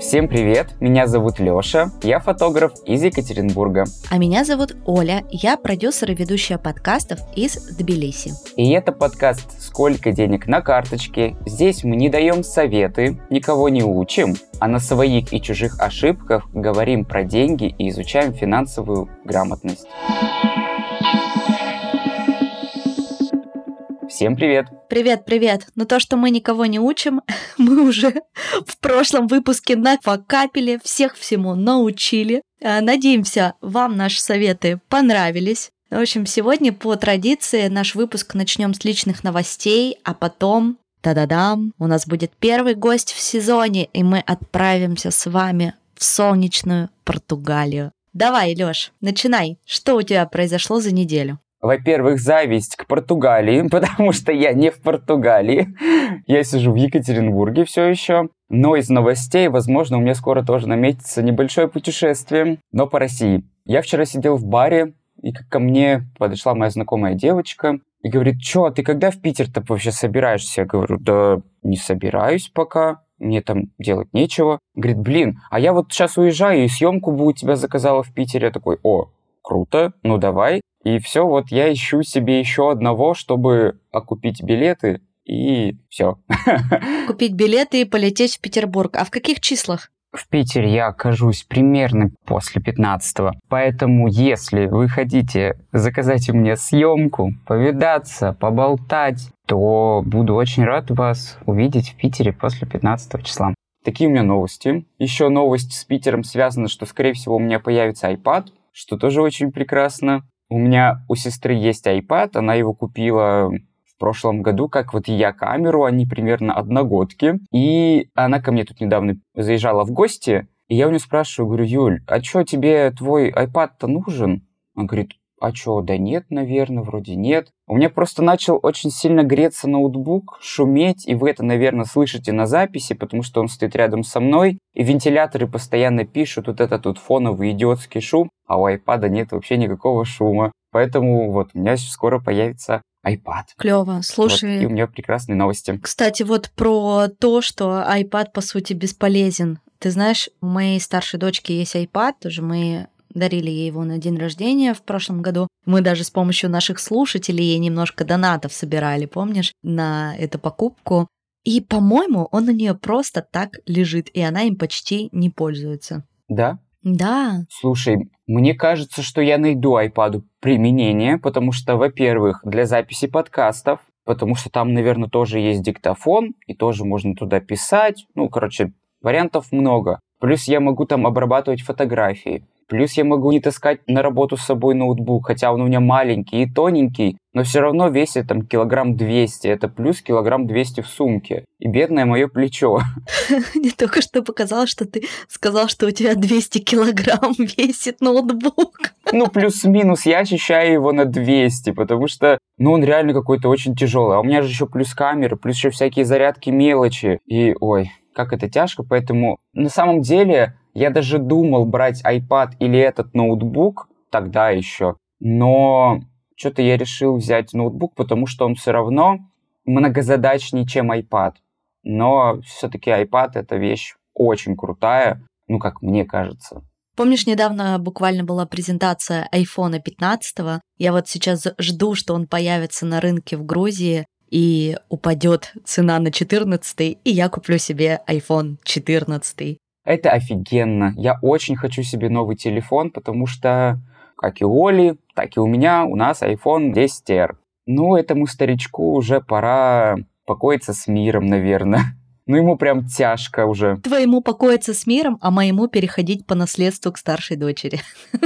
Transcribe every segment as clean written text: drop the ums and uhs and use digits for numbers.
Всем привет, меня зовут Лёша, я фотограф из Екатеринбурга. А меня зовут Оля, я продюсер и ведущая подкастов из Тбилиси. И это подкаст «Сколько денег на карточке?». Здесь мы не даем советы, никого не учим, а на своих и чужих ошибках говорим про деньги и изучаем финансовую грамотность. Всем привет! Привет! Но то, что мы никого не учим, мы уже в прошлом выпуске нафакапили, всех всему научили. Надеемся, вам наши советы понравились. В общем, сегодня по традиции наш выпуск начнем с личных новостей, а потом, та-да-дам, у нас будет первый гость в сезоне, и мы отправимся с вами в солнечную Португалию. Давай, Лёш, начинай. Что у тебя произошло за неделю? Во-первых, зависть к Португалии, потому что я не в Португалии. Я сижу в Екатеринбурге все еще. Но из новостей, возможно, у меня скоро тоже наметится небольшое путешествие, но по России. Я вчера сидел в баре, и ко мне подошла моя знакомая девочка и говорит: «Чё, ты когда в Питер-то вообще собираешься?» Я говорю: «Да не собираюсь пока, мне там делать нечего». Говорит: «Блин, а я вот сейчас уезжаю, и съемку бы у тебя заказала в Питере». Я такой: «О, круто, ну давай». И все, вот я ищу себе еще одного, чтобы окупить билеты, и все. Купить билеты и полететь в Петербург. А в каких числах? В Питере я окажусь примерно после 15-го. Поэтому, если вы хотите заказать у меня съемку, повидаться, поболтать, то буду очень рад вас увидеть в Питере после 15 числа. Такие у меня новости. Еще новость с Питером связана, что, скорее всего, у меня появится iPad, что тоже очень прекрасно. У меня у сестры есть iPad, она его купила в прошлом году, как вот и я камеру, они примерно одногодки. И она ко мне тут недавно заезжала в гости, и я у нее спрашиваю, говорю: «Юль, а что тебе твой iPad-то нужен?» Она говорит: «А что, да нет, наверное, вроде нет». У меня просто начал очень сильно греться ноутбук, шуметь, и вы это, наверное, слышите на записи, потому что он стоит рядом со мной, и вентиляторы постоянно пишут вот этот вот фоновый идиотский шум, а у iPad нет вообще никакого шума. Поэтому вот у меня скоро появится iPad. Клево, слушай. Вот, и у меня прекрасные новости. Кстати, вот про то, что iPad, по сути, бесполезен. Ты знаешь, у моей старшей дочки есть iPad, тоже мы дарили ей его на день рождения в прошлом году. Мы даже с помощью наших слушателей ей немножко донатов собирали, помнишь, на эту покупку. И, по-моему, он у нее просто так лежит, и она им почти не пользуется. Да? Да. Слушай, мне кажется, что я найду iPad'у применение, потому что, во-первых, для записи подкастов, потому что там, наверное, тоже есть диктофон, и тоже можно туда писать. Ну, короче, вариантов много. Плюс я могу там обрабатывать фотографии. Плюс я могу не таскать на работу с собой ноутбук, хотя он у меня маленький и тоненький, но все равно весит там 200 килограмм. Это плюс 200 килограмм в сумке. И бедное мое плечо. Мне только что показалось, что ты сказал, что у тебя 200 килограмм весит ноутбук. Ну, плюс-минус, я ощущаю его на 200, потому что, он реально какой-то очень тяжелый. А у меня же еще плюс камеры, плюс еще всякие зарядки, мелочи. И, ой, как это тяжко, поэтому на самом деле я даже думал брать iPad или этот ноутбук тогда еще, но что-то я решил взять ноутбук, потому что он все равно многозадачнее, чем iPad. Но все-таки iPad — это вещь очень крутая, как мне кажется. Помнишь, недавно буквально была презентация iPhone 15. Я вот сейчас жду, что он появится на рынке в Грузии, и упадет цена на 14, и я куплю себе iPhone 14. Это офигенно. Я очень хочу себе новый телефон, потому что, как и у Оли, так и у меня, у нас iPhone 10R. Этому старичку уже пора покоиться с миром, наверное. Ему прям тяжко уже. Твоему покоиться с миром, а моему переходить по наследству к старшей дочери.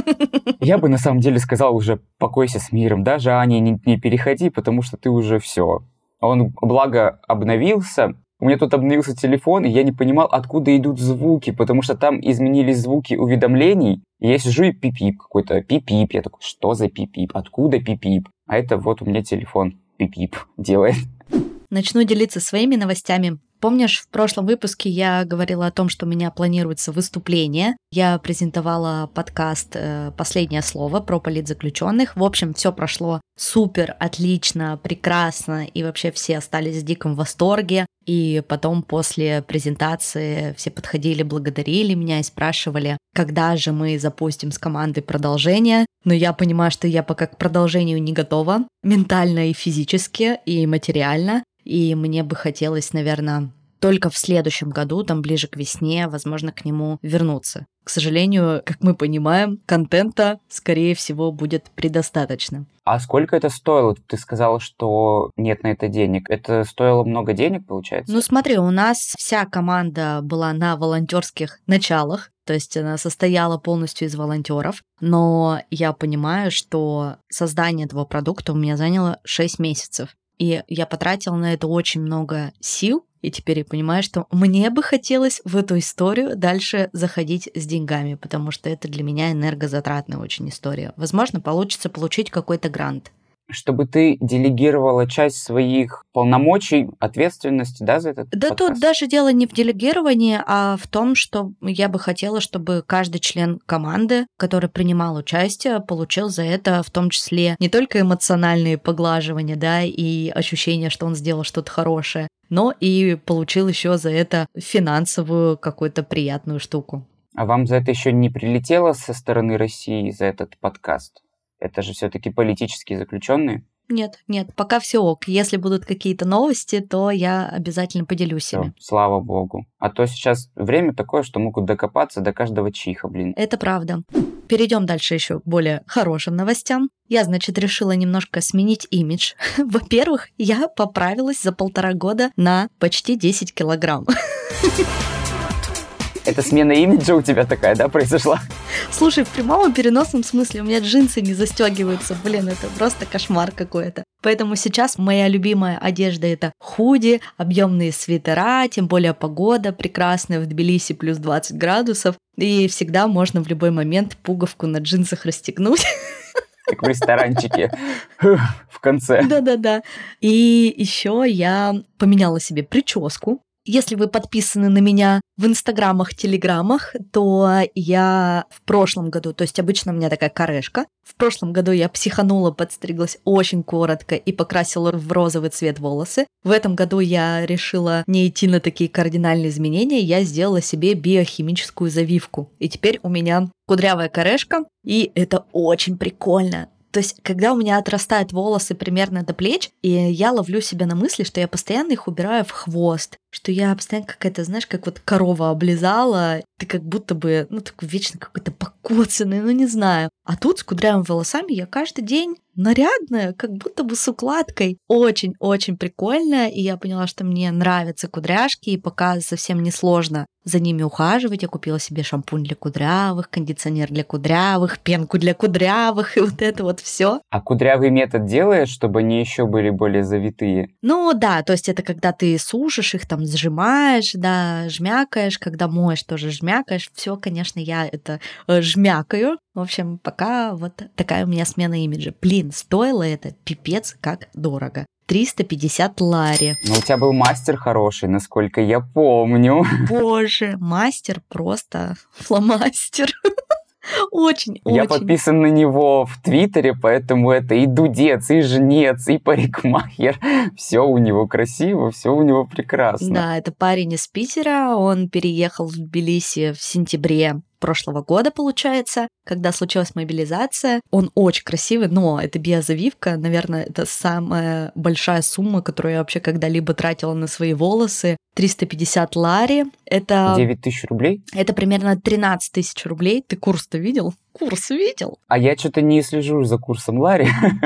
Я бы на самом деле сказал уже: покойся с миром. Даже Ане не переходи, потому что ты уже все. Он, благо, обновился. У меня тут обновился телефон, и я не понимал, откуда идут звуки, потому что там изменились звуки уведомлений. И я сижу, и пип-пип какой-то, пип-пип. Я такой: что за пип-пип? Откуда пип-пип? А это вот у меня телефон пип-пип делает. Начну делиться своими новостями. Помнишь, в прошлом выпуске я говорила о том, что у меня планируется выступление. Я презентовала подкаст «Последнее слово» про политзаключенных. В общем, все прошло супер, отлично, прекрасно, и вообще все остались в диком восторге. И потом после презентации все подходили, благодарили меня и спрашивали, когда же мы запустим с командой продолжение. Но я понимаю, что я пока к продолжению не готова, ментально и физически, и материально. И мне бы хотелось, наверное, только в следующем году, там ближе к весне, возможно, к нему вернуться. К сожалению, как мы понимаем, контента, скорее всего, будет предостаточно. А сколько это стоило? Ты сказала, что нет на это денег. Это стоило много денег, получается? Ну смотри, у нас вся команда была на волонтерских началах, то есть она состояла полностью из волонтеров, но я понимаю, что создание этого продукта у меня заняло 6 месяцев. И я потратила на это очень много сил, и теперь я понимаю, что мне бы хотелось в эту историю дальше заходить с деньгами, потому что это для меня энергозатратная очень история. Возможно, получится получить какой-то грант. Чтобы ты делегировала часть своих полномочий, ответственности, да, за этот Да подкаст? тут даже дело не в делегировании, а в том, что я бы хотела, чтобы каждый член команды, который принимал участие, получил за это в том числе не только эмоциональные поглаживания, да, и ощущение, что он сделал что-то хорошее, но и получил еще за это финансовую какую-то приятную штуку. А вам за это еще не прилетело со стороны России за этот подкаст? Это же все-таки политические заключенные. Нет, пока все ок. Если будут какие-то новости, то я обязательно поделюсь ими. Слава богу. А то сейчас время такое, что могут докопаться до каждого чиха, блин. Это правда. Перейдем дальше еще к более хорошим новостям. Я, значит, решила немножко сменить имидж. Во-первых, я поправилась за 1,5 года на почти 10 килограмм. Это смена имиджа у тебя такая, да, произошла? Слушай, в прямом и переносном смысле у меня джинсы не застегиваются. Блин, это просто кошмар какой-то. Поэтому сейчас моя любимая одежда — это худи, объемные свитера, тем более погода прекрасная, в Тбилиси плюс 20 градусов, и всегда можно в любой момент пуговку на джинсах расстегнуть. Как в ресторанчике в конце. Да-да-да. И еще я поменяла себе прическу. Если вы подписаны на меня в инстаграмах, телеграмах, то я в прошлом году, то есть обычно у меня такая корешка, в прошлом году я психанула, подстриглась очень коротко и покрасила в розовый цвет волосы. В этом году я решила не идти на такие кардинальные изменения, я сделала себе биохимическую завивку. И теперь у меня кудрявая корешка, и это очень прикольно. То есть, когда у меня отрастают волосы примерно до плеч, и я ловлю себя на мысли, что я постоянно их убираю в хвост, что я постоянно какая-то, знаешь, как вот корова облизала, ты как будто бы, такой вечно какой-то покоцанный, не знаю. А тут с кудрявыми волосами я каждый день нарядная, как будто бы с укладкой. Очень-очень прикольно, и я поняла, что мне нравятся кудряшки, и пока совсем не сложно за ними ухаживать. Я купила себе шампунь для кудрявых, кондиционер для кудрявых, пенку для кудрявых, и вот это вот все. А кудрявый метод делаешь, чтобы они еще были более завитые? Да, то есть это когда ты сушишь их, там сжимаешь, да, жмякаешь, когда моешь, тоже жмякаешь. Все, конечно, я это жмякаю. В общем, пока вот такая у меня смена имиджа. Блин, стоило это пипец как дорого. 350 лари. Но у тебя был мастер хороший, насколько я помню. Боже, мастер просто фломастер. Очень. Я подписан на него в Твиттере, поэтому это и дудец, и жнец, и парикмахер. Все у него красиво, все у него прекрасно. Да, это парень из Питера, он переехал в Тбилиси в сентябре прошлого года, получается, когда случилась мобилизация. Он очень красивый, но это биозавивка, наверное, это самая большая сумма, которую я вообще когда-либо тратила на свои волосы. 350 лари. Это 9 тысяч рублей? Это примерно 13 тысяч рублей. Ты курс-то видел? Курс видел? А я что-то не слежу за курсом лари.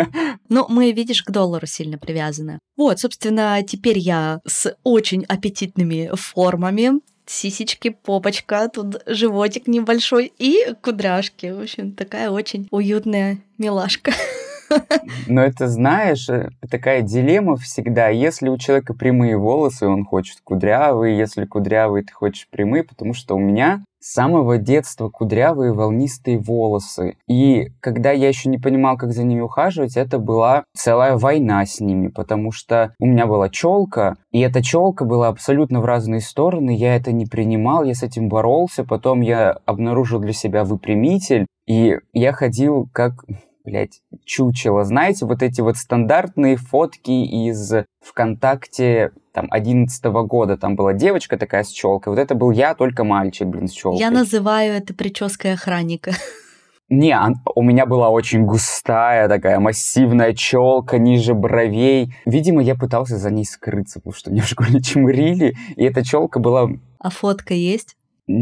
Мы, видишь, к доллару сильно привязаны. Вот, собственно, теперь я с очень аппетитными формами. Сисечки, попочка, тут животик небольшой и кудряшки. В общем, такая очень уютная милашка. Но это, знаешь, такая дилемма всегда. Если у человека прямые волосы, он хочет кудрявые. Если кудрявые, ты хочешь прямые, потому что у меня с самого детства кудрявые волнистые волосы. И когда я еще не понимал, как за ними ухаживать, это была целая война с ними, потому что у меня была челка, и эта челка была абсолютно в разные стороны. Я это не принимал, я с этим боролся. Потом я обнаружил для себя выпрямитель, и я ходил как... чучело. Знаете, вот эти вот стандартные фотки из ВКонтакте там 11-го года. Там была девочка такая с челкой. Вот это был я, только мальчик, с челкой. Я называю это прической охранника. Не, у меня была очень густая такая массивная челка ниже бровей. Видимо, я пытался за ней скрыться, потому что меня в школе чмырили, и эта челка была... А фотка есть?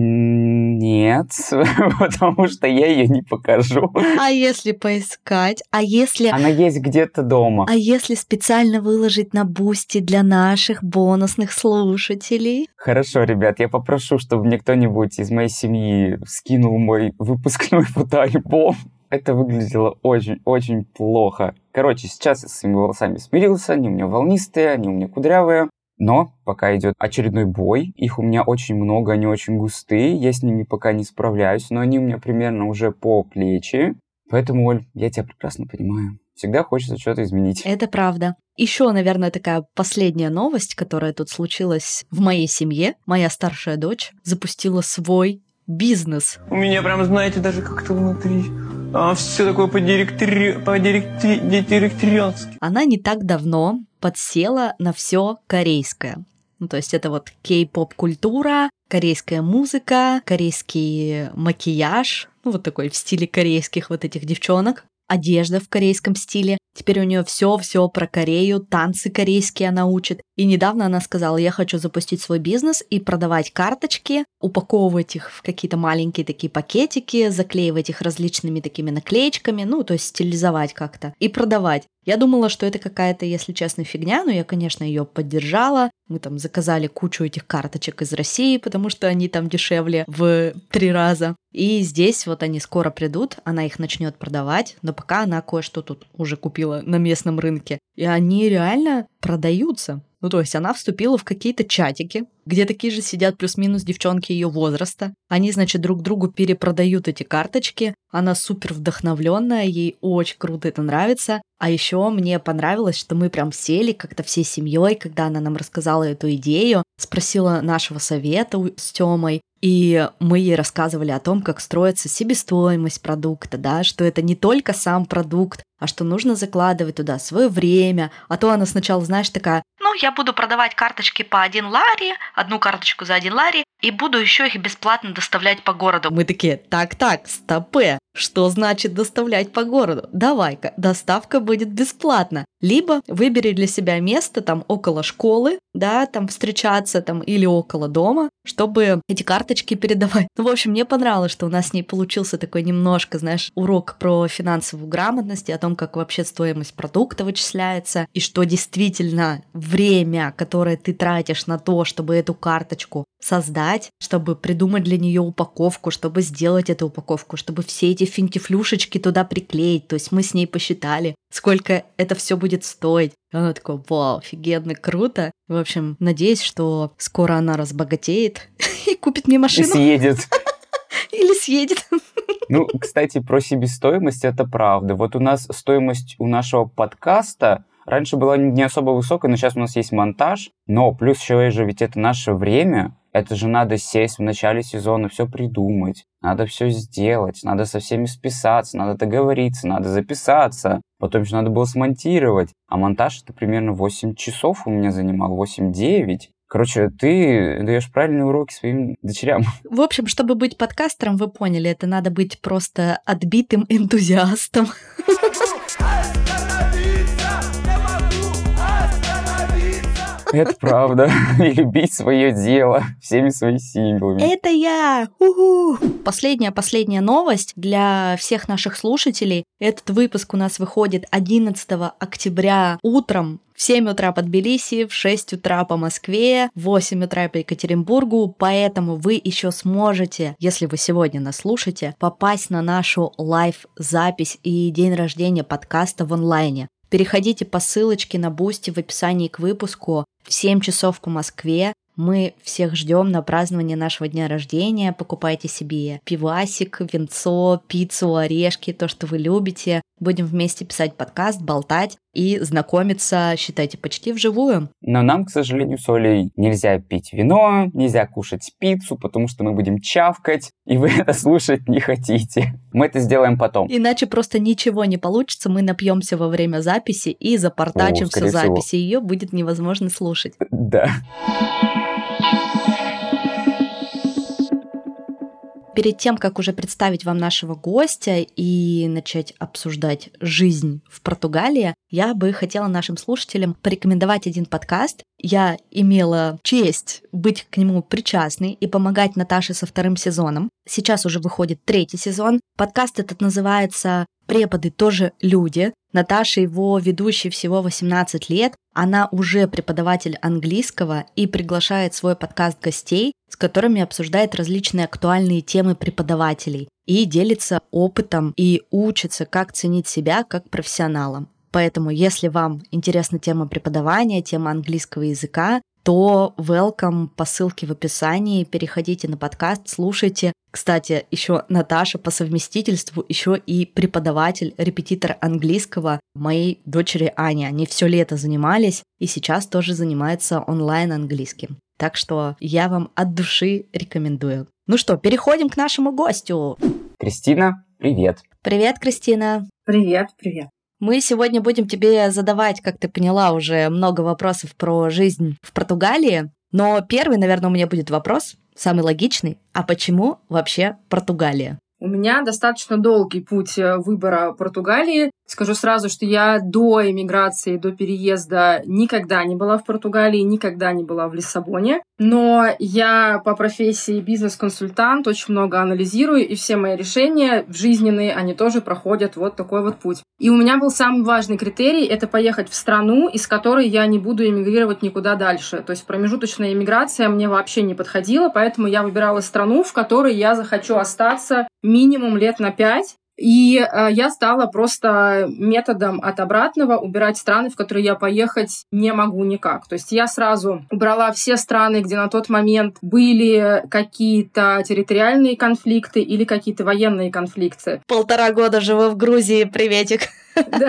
Нет, потому что я ее не покажу. А если поискать? А если... Она есть где-то дома. А если специально выложить на Бусти для наших бонусных слушателей? Хорошо, ребят, я попрошу, чтобы мне кто-нибудь из моей семьи скинул мой выпускной фотоальбом. Это выглядело очень-очень плохо. Короче, сейчас я с своими волосами смирился, они у меня волнистые, они у меня кудрявые. Но пока идет очередной бой, их у меня очень много, они очень густые, я с ними пока не справляюсь, но они у меня примерно уже по плечи. Поэтому, Оль, я тебя прекрасно понимаю. Всегда хочется что-то изменить. Это правда. Еще, наверное, такая последняя новость, которая тут случилась в моей семье. Моя старшая дочь запустила свой бизнес. У меня прям, знаете, даже как-то внутри все такое по-директориански. Она не так давно подсела на все корейское. Ну, то есть это вот кей-поп-культура, корейская музыка, корейский макияж, ну, вот такой в стиле корейских вот этих девчонок, одежда в корейском стиле. Теперь у нее все про Корею, танцы корейские она учит. И недавно она сказала, я хочу запустить свой бизнес и продавать карточки, упаковывать их в какие-то маленькие такие пакетики, заклеивать их различными такими наклеечками, ну, то есть стилизовать как-то и продавать. Я думала, что это какая-то, если честно, фигня, но я, конечно, ее поддержала. Мы там заказали кучу этих карточек из России, потому что они там дешевле в 3 раза. И здесь вот они скоро придут, она их начнет продавать, но пока она кое-что тут уже купила на местном рынке. И они реально продаются. Ну, то есть она вступила в какие-то чатики, где такие же сидят плюс-минус девчонки ее возраста. Они, значит, друг другу перепродают эти карточки. Она супер вдохновленная, ей очень круто это нравится. А еще мне понравилось, что мы прям сели как-то всей семьей, когда она нам рассказала эту идею, спросила нашего совета с Тёмой. И мы ей рассказывали о том, как строится себестоимость продукта, да, что это не только сам продукт, а что нужно закладывать туда свое время. А то она сначала, знаешь, такая, ну, я буду продавать карточки по 1 лари, одну карточку за 1 лари, и буду еще их бесплатно доставлять по городу. Мы такие, так, стопэ, что значит доставлять по городу? Давай-ка, доставка будет бесплатна. Либо выбери для себя место там около школы, да, там встречаться там или около дома, чтобы эти карточки передавать. Ну, в общем, мне понравилось, что у нас с ней получился такой немножко, знаешь, урок про финансовую грамотность, о том, как вообще стоимость продукта вычисляется, и что действительно время, которое ты тратишь на то, чтобы эту карточку создать, чтобы придумать для нее упаковку, чтобы сделать эту упаковку, чтобы все эти финтифлюшечки туда приклеить. То есть мы с ней посчитали, сколько это все будет стоить. И она такая, вау, офигенно, круто. В общем, надеюсь, что скоро она разбогатеет и купит мне машину. И съедет. Или съедет. Ну, кстати, про себестоимость это правда. Вот у нас стоимость у нашего подкаста раньше была не особо высокая, но сейчас у нас есть монтаж. Но плюс еще же ведь это наше время. Это же надо сесть в начале сезона, все придумать, надо все сделать, надо со всеми списаться, надо договориться, надо записаться. Потом еще надо было смонтировать. А монтаж это примерно 8 часов у меня занимал, 8-9. Короче, ты даешь правильные уроки своим дочерям. В общем, чтобы быть подкастером, вы поняли, это надо быть просто отбитым энтузиастом. Это правда. И любить свое дело всеми своими силами. Это я! У-ху! Последняя новость для всех наших слушателей. Этот выпуск у нас выходит 11 октября утром. В 7 утра по Тбилиси, в 6 утра по Москве, в 8 утра по Екатеринбургу, поэтому вы еще сможете, если вы сегодня нас слушаете, попасть на нашу лайв-запись и день рождения подкаста в онлайне. Переходите по ссылочке на Бусти в описании к выпуску в 7 часов по Москве. Мы всех ждем на празднование нашего дня рождения. Покупайте себе пивасик, винцо, пиццу, орешки, то, что вы любите. Будем вместе писать подкаст, болтать и знакомиться, считайте, почти вживую. Но нам, к сожалению, с Олей нельзя пить вино, нельзя кушать пиццу, потому что мы будем чавкать, и вы это слушать не хотите. Мы это сделаем потом. Иначе просто ничего не получится, мы напьемся во время записи и запортачим всю запись, и ее будет невозможно слушать. Да. Перед тем, как уже представить вам нашего гостя и начать обсуждать жизнь в Португалии, я бы хотела нашим слушателям порекомендовать один подкаст. Я имела честь быть к нему причастной и помогать Наташе со 2 сезоном. Сейчас уже выходит 3 сезон. Подкаст этот называется «Преподы тоже люди». Наташа его ведущей всего 18 лет. Она уже преподаватель английского и приглашает в свой подкаст гостей, с которыми обсуждает различные актуальные темы преподавателей и делится опытом и учится, как ценить себя как профессионала. Поэтому, если вам интересна тема преподавания, тема английского языка, то welcome по ссылке в описании, переходите на подкаст, слушайте. Кстати, еще Наташа по совместительству еще и преподаватель, репетитор английского моей дочери Ани. Они все лето занимались и сейчас тоже занимаются онлайн английским. Так что я вам от души рекомендую. Ну что, переходим к нашему гостю. Кристина, привет. Привет, Кристина. Привет, привет. Мы сегодня будем тебе задавать, как ты поняла, уже много вопросов про жизнь в Португалии. Но первый, наверное, у меня будет вопрос, самый логичный. А почему вообще Португалия? У меня достаточно долгий путь выбора Португалии. Скажу сразу, что я до эмиграции, до переезда никогда не была в Португалии, никогда не была в Лиссабоне. Но я по профессии бизнес-консультант, очень много анализирую, и все мои решения жизненные, они тоже проходят вот такой вот путь. И у меня был самый важный критерий — это поехать в страну, из которой я не буду эмигрировать никуда дальше. То есть промежуточная эмиграция мне вообще не подходила, поэтому я выбирала страну, в которой я захочу остаться минимум лет на 5. И я стала просто методом от обратного убирать страны, в которые я поехать не могу никак. То есть я сразу убрала все страны, где на тот момент были какие-то территориальные конфликты или какие-то военные конфликты. 1,5 года живу в Грузии, приветик. Да.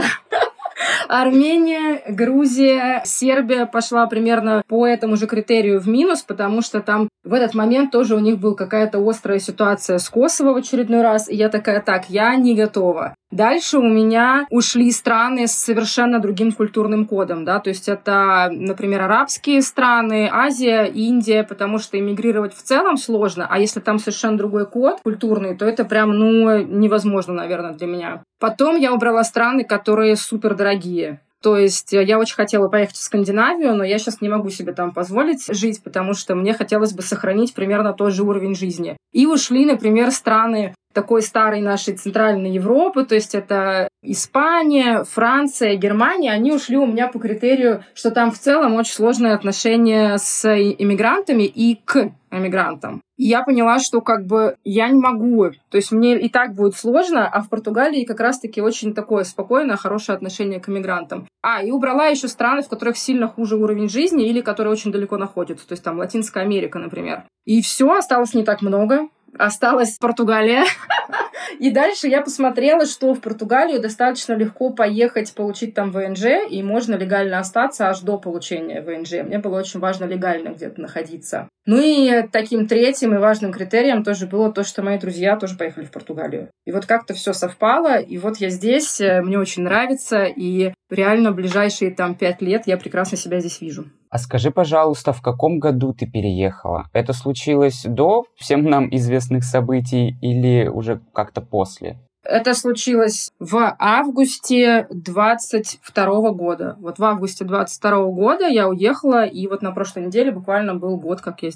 Армения, Грузия, Сербия пошла примерно по этому же критерию в минус, потому что там в этот момент тоже у них была какая-то острая ситуация с Косово в очередной раз, и я такая, так, я не готова. Дальше у меня ушли страны с совершенно другим культурным кодом, да, то есть это, например, арабские страны, Азия, Индия, потому что эмигрировать в целом сложно, а если там совершенно другой код культурный, то это прям, невозможно, наверное, для меня. Потом я убрала страны, которые супердорогие. То есть я очень хотела поехать в Скандинавию, но я сейчас не могу себе там позволить жить, потому что мне хотелось бы сохранить примерно тот же уровень жизни. И ушли, например, страны такой старой нашей Центральной Европы, то есть это Испания, Франция, Германия, они ушли у меня по критерию, что там в целом очень сложные отношения с иммигрантами и к иммигрантам. И я поняла, что я не могу, то есть мне и так будет сложно, а в Португалии как раз-таки очень такое спокойное, хорошее отношение к иммигрантам. И убрала еще страны, в которых сильно хуже уровень жизни или которые очень далеко находятся, то есть там Латинская Америка, например. И все, осталось не так много. Осталась Португалия. И дальше я посмотрела, что в Португалию достаточно легко поехать, получить там ВНЖ, и можно легально остаться аж до получения ВНЖ. Мне было очень важно легально где-то находиться. Ну и таким третьим и важным критерием тоже было то, что мои друзья тоже поехали в Португалию. И вот как-то все совпало, и вот я здесь, мне очень нравится, и реально в ближайшие 5 лет я прекрасно себя здесь вижу. А скажи, пожалуйста, в каком году ты переехала? Это случилось до всем нам известных событий или уже как-то после? Это случилось в августе 22 года. Вот в августе 22 года я уехала, и вот на прошлой неделе буквально был год, как я здесь.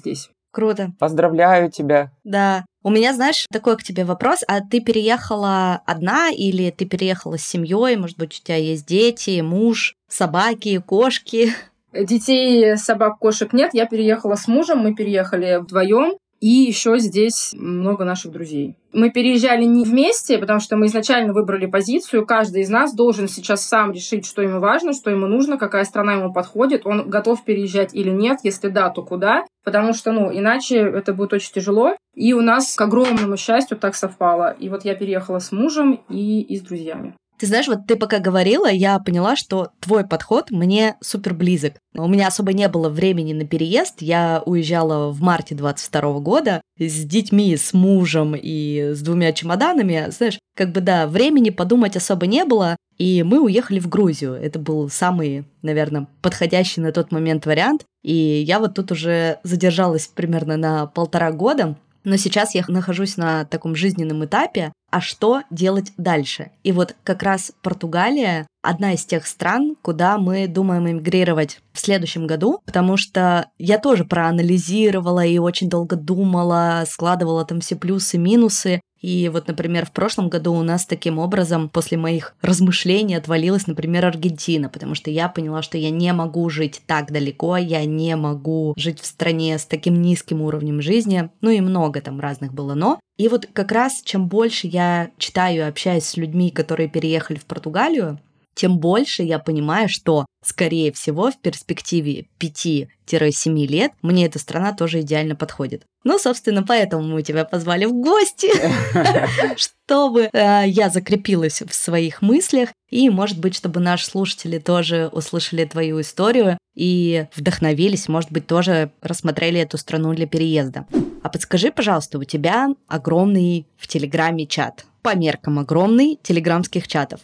Круто. Поздравляю тебя. Да. У меня, знаешь, такой к тебе вопрос. А ты переехала одна или ты переехала с семьей? Может быть, у тебя есть дети, муж, собаки, кошки? Детей, собак, кошек нет. Я переехала с мужем, мы переехали вдвоем. И еще здесь много наших друзей. Мы переезжали не вместе, потому что мы изначально выбрали позицию. Каждый из нас должен сейчас сам решить, что ему важно, что ему нужно, какая страна ему подходит, он готов переезжать или нет, если да, то куда. Потому что, иначе это будет очень тяжело. И у нас, к огромному счастью, так совпало. И вот я переехала с мужем и с друзьями. Ты знаешь, вот ты пока говорила, я поняла, что твой подход мне супер близок. У меня особо не было времени на переезд. Я уезжала в марте 22 года с детьми, с мужем и с 2 чемоданами. Знаешь, времени подумать особо не было. И мы уехали в Грузию. Это был самый, наверное, подходящий на тот момент вариант. И я вот тут уже задержалась примерно на 1,5 года. Но сейчас я нахожусь на таком жизненном этапе, а что делать дальше? И вот как раз Португалия – одна из тех стран, куда мы думаем эмигрировать в следующем году, потому что я тоже проанализировала и очень долго думала, складывала там все плюсы, минусы. И вот, например, в прошлом году у нас таким образом после моих размышлений отвалилась, например, Аргентина, потому что я поняла, что я не могу жить так далеко, я не могу жить в стране с таким низким уровнем жизни, и много там разных было «но». И вот как раз чем больше я читаю и общаюсь с людьми, которые переехали в Португалию, тем больше я понимаю, что, скорее всего, в перспективе 5-7 лет мне эта страна тоже идеально подходит. Собственно, поэтому мы тебя позвали в гости, чтобы я закрепилась в своих мыслях, и, может быть, чтобы наши слушатели тоже услышали твою историю и вдохновились, может быть, тоже рассмотрели эту страну для переезда. А подскажи, пожалуйста, у тебя огромный в Телеграме чат, по меркам огромный телеграмских чатов.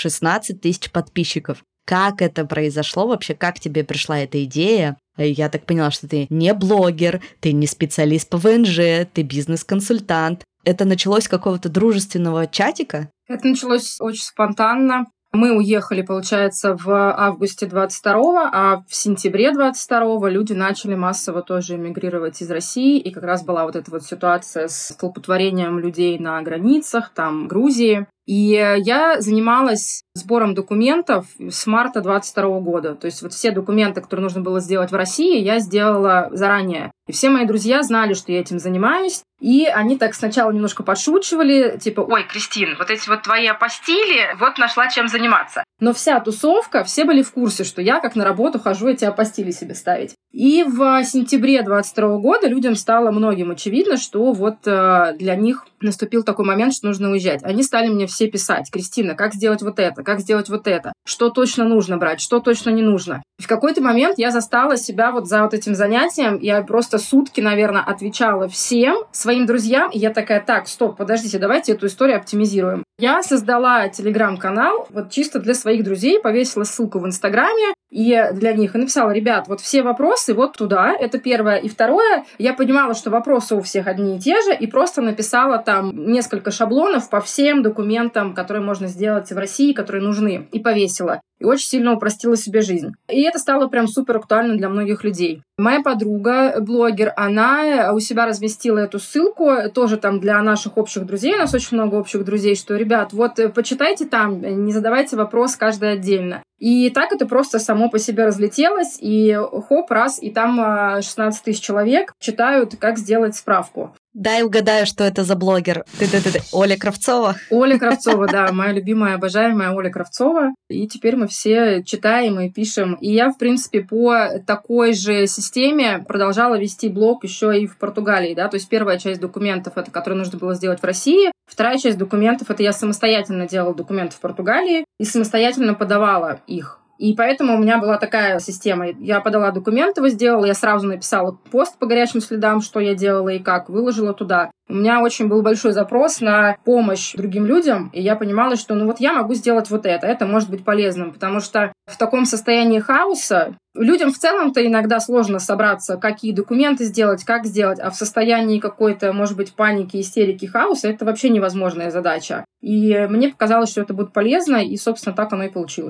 16 тысяч подписчиков. Как это произошло вообще? Как тебе пришла эта идея? Я так поняла, что ты не блогер, ты не специалист по ВНЖ, ты бизнес-консультант. Это началось с какого-то дружественного чатика? Это началось очень спонтанно. Мы уехали, получается, в августе 22-го, а в сентябре 22-го люди начали массово тоже эмигрировать из России, и как раз была вот эта вот ситуация с столпотворением людей на границах, там, Грузии. И я занималась сбором документов с марта 22 года. То есть вот все документы, которые нужно было сделать в России, я сделала заранее. И все мои друзья знали, что я этим занимаюсь. И они так сначала немножко подшучивали, типа: «Ой, Кристин, вот эти вот твои апостили, вот нашла чем заниматься». Но вся тусовка, все были в курсе, что я как на работу хожу эти апостили себе ставить. И в сентябре 22 года людям стало многим очевидно, что вот для них наступил такой момент, что нужно уезжать. Они стали мне все писать: «Кристина, как сделать вот это? Как сделать вот это? Что точно нужно брать? Что точно не нужно?» И в какой-то момент я застала себя вот за вот этим занятием. Я просто сутки, наверное, отвечала всем своим друзьям. И я такая: так, стоп, подождите, давайте эту историю оптимизируем. Я создала телеграм-канал вот чисто для своих друзей, повесила ссылку в Инстаграме и для них, и написала: ребят, вот все вопросы вот туда, это первое. И второе, я понимала, что вопросы у всех одни и те же, и просто написала там несколько шаблонов по всем документам, которые можно сделать в России, которые нужны, и повесила. И очень сильно упростила себе жизнь. И это стало прям супер актуально для многих людей. Моя подруга, блогер, она у себя разместила эту ссылку, тоже там для наших общих друзей, у нас очень много общих друзей, что, ребят, вот почитайте там, не задавайте вопрос каждый отдельно. И так это просто само по себе разлетелось, и хоп, раз, и там 16 тысяч человек читают, как сделать справку. Дай угадаю, что это за блогер. Оля Кравцова. Оля Кравцова, да, моя любимая, обожаемая Оля Кравцова. И теперь мы все читаем и пишем. И я, в принципе, по такой же системе продолжала вести блог еще и в Португалии, да, то есть первая часть документов, это которые нужно было сделать в России, вторая часть документов, это я самостоятельно делала документы в Португалии и самостоятельно подавала их. И поэтому у меня была такая система. Я подала документы, сделала, я сразу написала пост по горячим следам, что я делала и как, выложила туда. У меня очень был большой запрос на помощь другим людям, и я понимала, что вот я могу сделать вот это может быть полезным, потому что в таком состоянии хаоса людям в целом-то иногда сложно собраться, какие документы сделать, как сделать, а в состоянии какой-то, может быть, паники, истерики, хаоса это вообще невозможная задача. И мне показалось, что это будет полезно, и, собственно, так оно и получилось.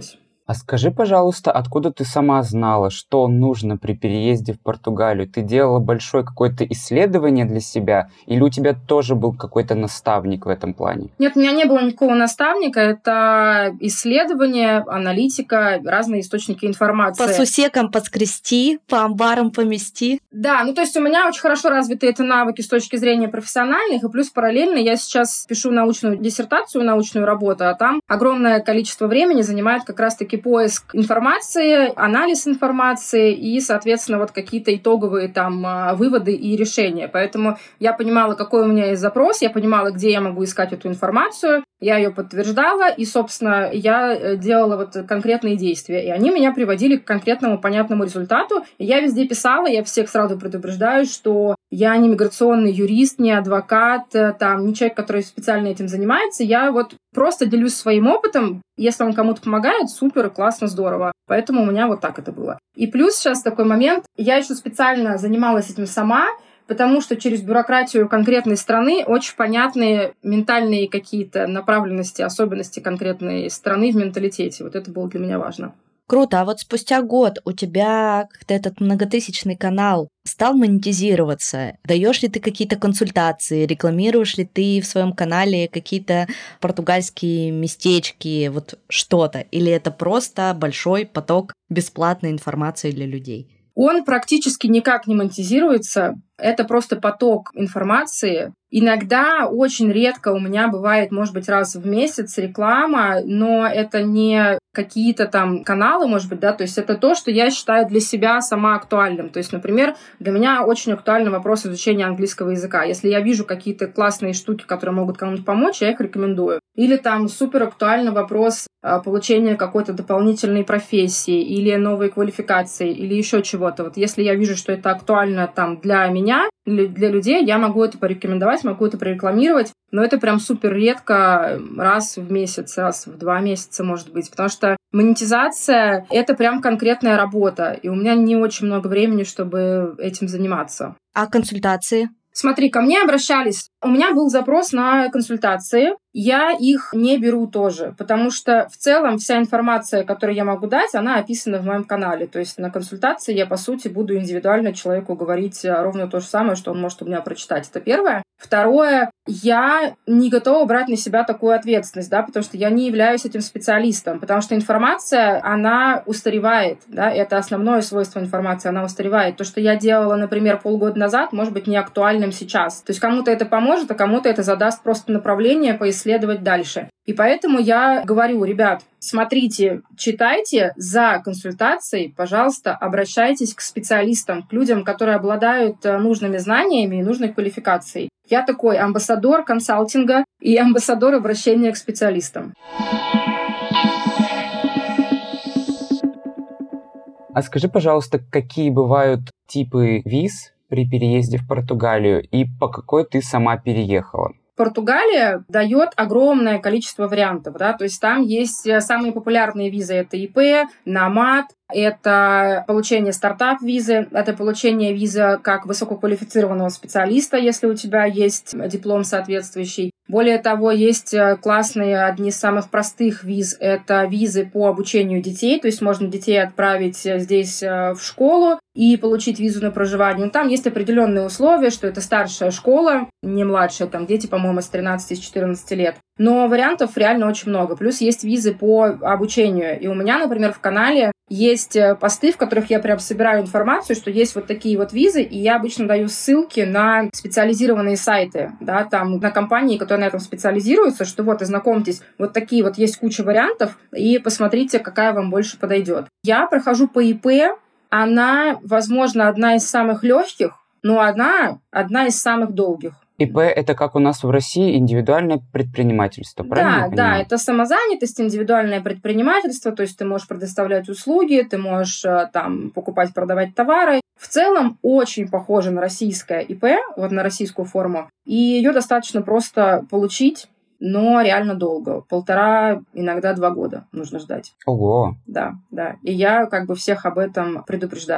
А скажи, пожалуйста, откуда ты сама знала, что нужно при переезде в Португалию? Ты делала большое какое-то исследование для себя, или у тебя тоже был какой-то наставник в этом плане? Нет, у меня не было никакого наставника. Это исследование, аналитика, разные источники информации. По сусекам подскрести, по амбарам помести. Да, то есть у меня очень хорошо развиты эти навыки с точки зрения профессиональных, и плюс параллельно я сейчас пишу научную диссертацию, научную работу, а там огромное количество времени занимает как раз-таки поиск информации, анализ информации и, соответственно, вот какие-то итоговые там выводы и решения. Поэтому я понимала, какой у меня есть запрос, я понимала, где я могу искать эту информацию, я ее подтверждала, и, собственно, я делала вот конкретные действия. И они меня приводили к конкретному понятному результату. И я везде писала, я всех сразу предупреждаю, что я не миграционный юрист, не адвокат, там, не человек, который специально этим занимается. Я вот просто делюсь своим опытом. Если он кому-то помогает, супер, классно, здорово. Поэтому у меня вот так это было. И плюс сейчас такой момент. Я еще специально занималась этим сама, потому что через бюрократию конкретной страны очень понятные ментальные какие-то направленности, особенности конкретной страны в менталитете. Вот это было для меня важно. Круто. А вот спустя год у тебя как-то этот многотысячный канал стал монетизироваться? Даешь ли ты какие-то консультации? Рекламируешь ли ты в своем канале какие-то португальские местечки? Вот что-то? Или это просто большой поток бесплатной информации для людей? Он практически никак не монетизируется. Это просто поток информации. Иногда, очень редко у меня бывает, может быть, раз в месяц реклама, но это не какие-то там каналы, может быть, да, то есть это то, что я считаю для себя сама актуальным. То есть, например, для меня очень актуальный вопрос изучения английского языка. Если я вижу какие-то классные штуки, которые могут кому-то помочь, я их рекомендую. Или там супер актуальный вопрос получения какой-то дополнительной профессии или новой квалификации или еще чего-то. Вот если я вижу, что это актуально там для меня, для людей, я могу это порекомендовать, могу это прорекламировать, но это прям супер редко, раз в месяц, раз в 2 месяца, может быть, потому что монетизация — это прям конкретная работа, и у меня не очень много времени, чтобы этим заниматься. А консультации? Смотри, ко мне обращались. У меня был запрос на консультации. Я их не беру тоже, потому что в целом вся информация, которую я могу дать, она описана в моем канале. То есть на консультации я, по сути, буду индивидуально человеку говорить ровно то же самое, что он может у меня прочитать. Это первое. Второе, я не готова брать на себя такую ответственность, да, потому что я не являюсь этим специалистом, потому что информация, она устаревает, да, это основное свойство информации, она устаревает. То, что я делала, например, полгода назад, может быть не актуальным сейчас. То есть кому-то это поможет, а кому-то это задаст просто направление поисследовать дальше. И поэтому я говорю, ребят, смотрите, читайте, за консультацией, пожалуйста, обращайтесь к специалистам, к людям, которые обладают нужными знаниями и нужной квалификацией. Я такой амбассадор консалтинга и амбассадор обращения к специалистам. А скажи, пожалуйста, какие бывают типы виз при переезде в Португалию и по какой ты сама переехала? Португалия дает огромное количество вариантов, да, то есть там есть самые популярные визы, это ИП, НАМАД, это получение стартап-визы, это получение визы как высококвалифицированного специалиста, если у тебя есть диплом соответствующий. Более того, есть классные, одни из самых простых виз, это визы по обучению детей, то есть можно детей отправить здесь в школу и получить визу на проживание. Но там есть определенные условия, что это старшая школа, не младшая, там дети, по-моему, с 13-14 лет. Но вариантов реально очень много. Плюс есть визы по обучению. И у меня, например, в канале есть посты, в которых я прям собираю информацию, что есть вот такие вот визы, и я обычно даю ссылки на специализированные сайты, да, там, на компании, которые на этом специализируются, что вот, ознакомьтесь, вот такие вот есть куча вариантов, и посмотрите, какая вам больше подойдет. Я прохожу по ИП, она, возможно, одна из самых легких, но одна из самых долгих. ИП — это как у нас в России индивидуальное предпринимательство, правильно я понимаю? Да, это самозанятость, индивидуальное предпринимательство, то есть ты можешь предоставлять услуги, ты можешь там покупать, продавать товары. В целом очень похоже на российское ИП, вот на российскую форму, и ее достаточно просто получить, но реально долго. 1,5, иногда 2 года нужно ждать. Ого! Да. И я как бы всех об этом предупреждаю.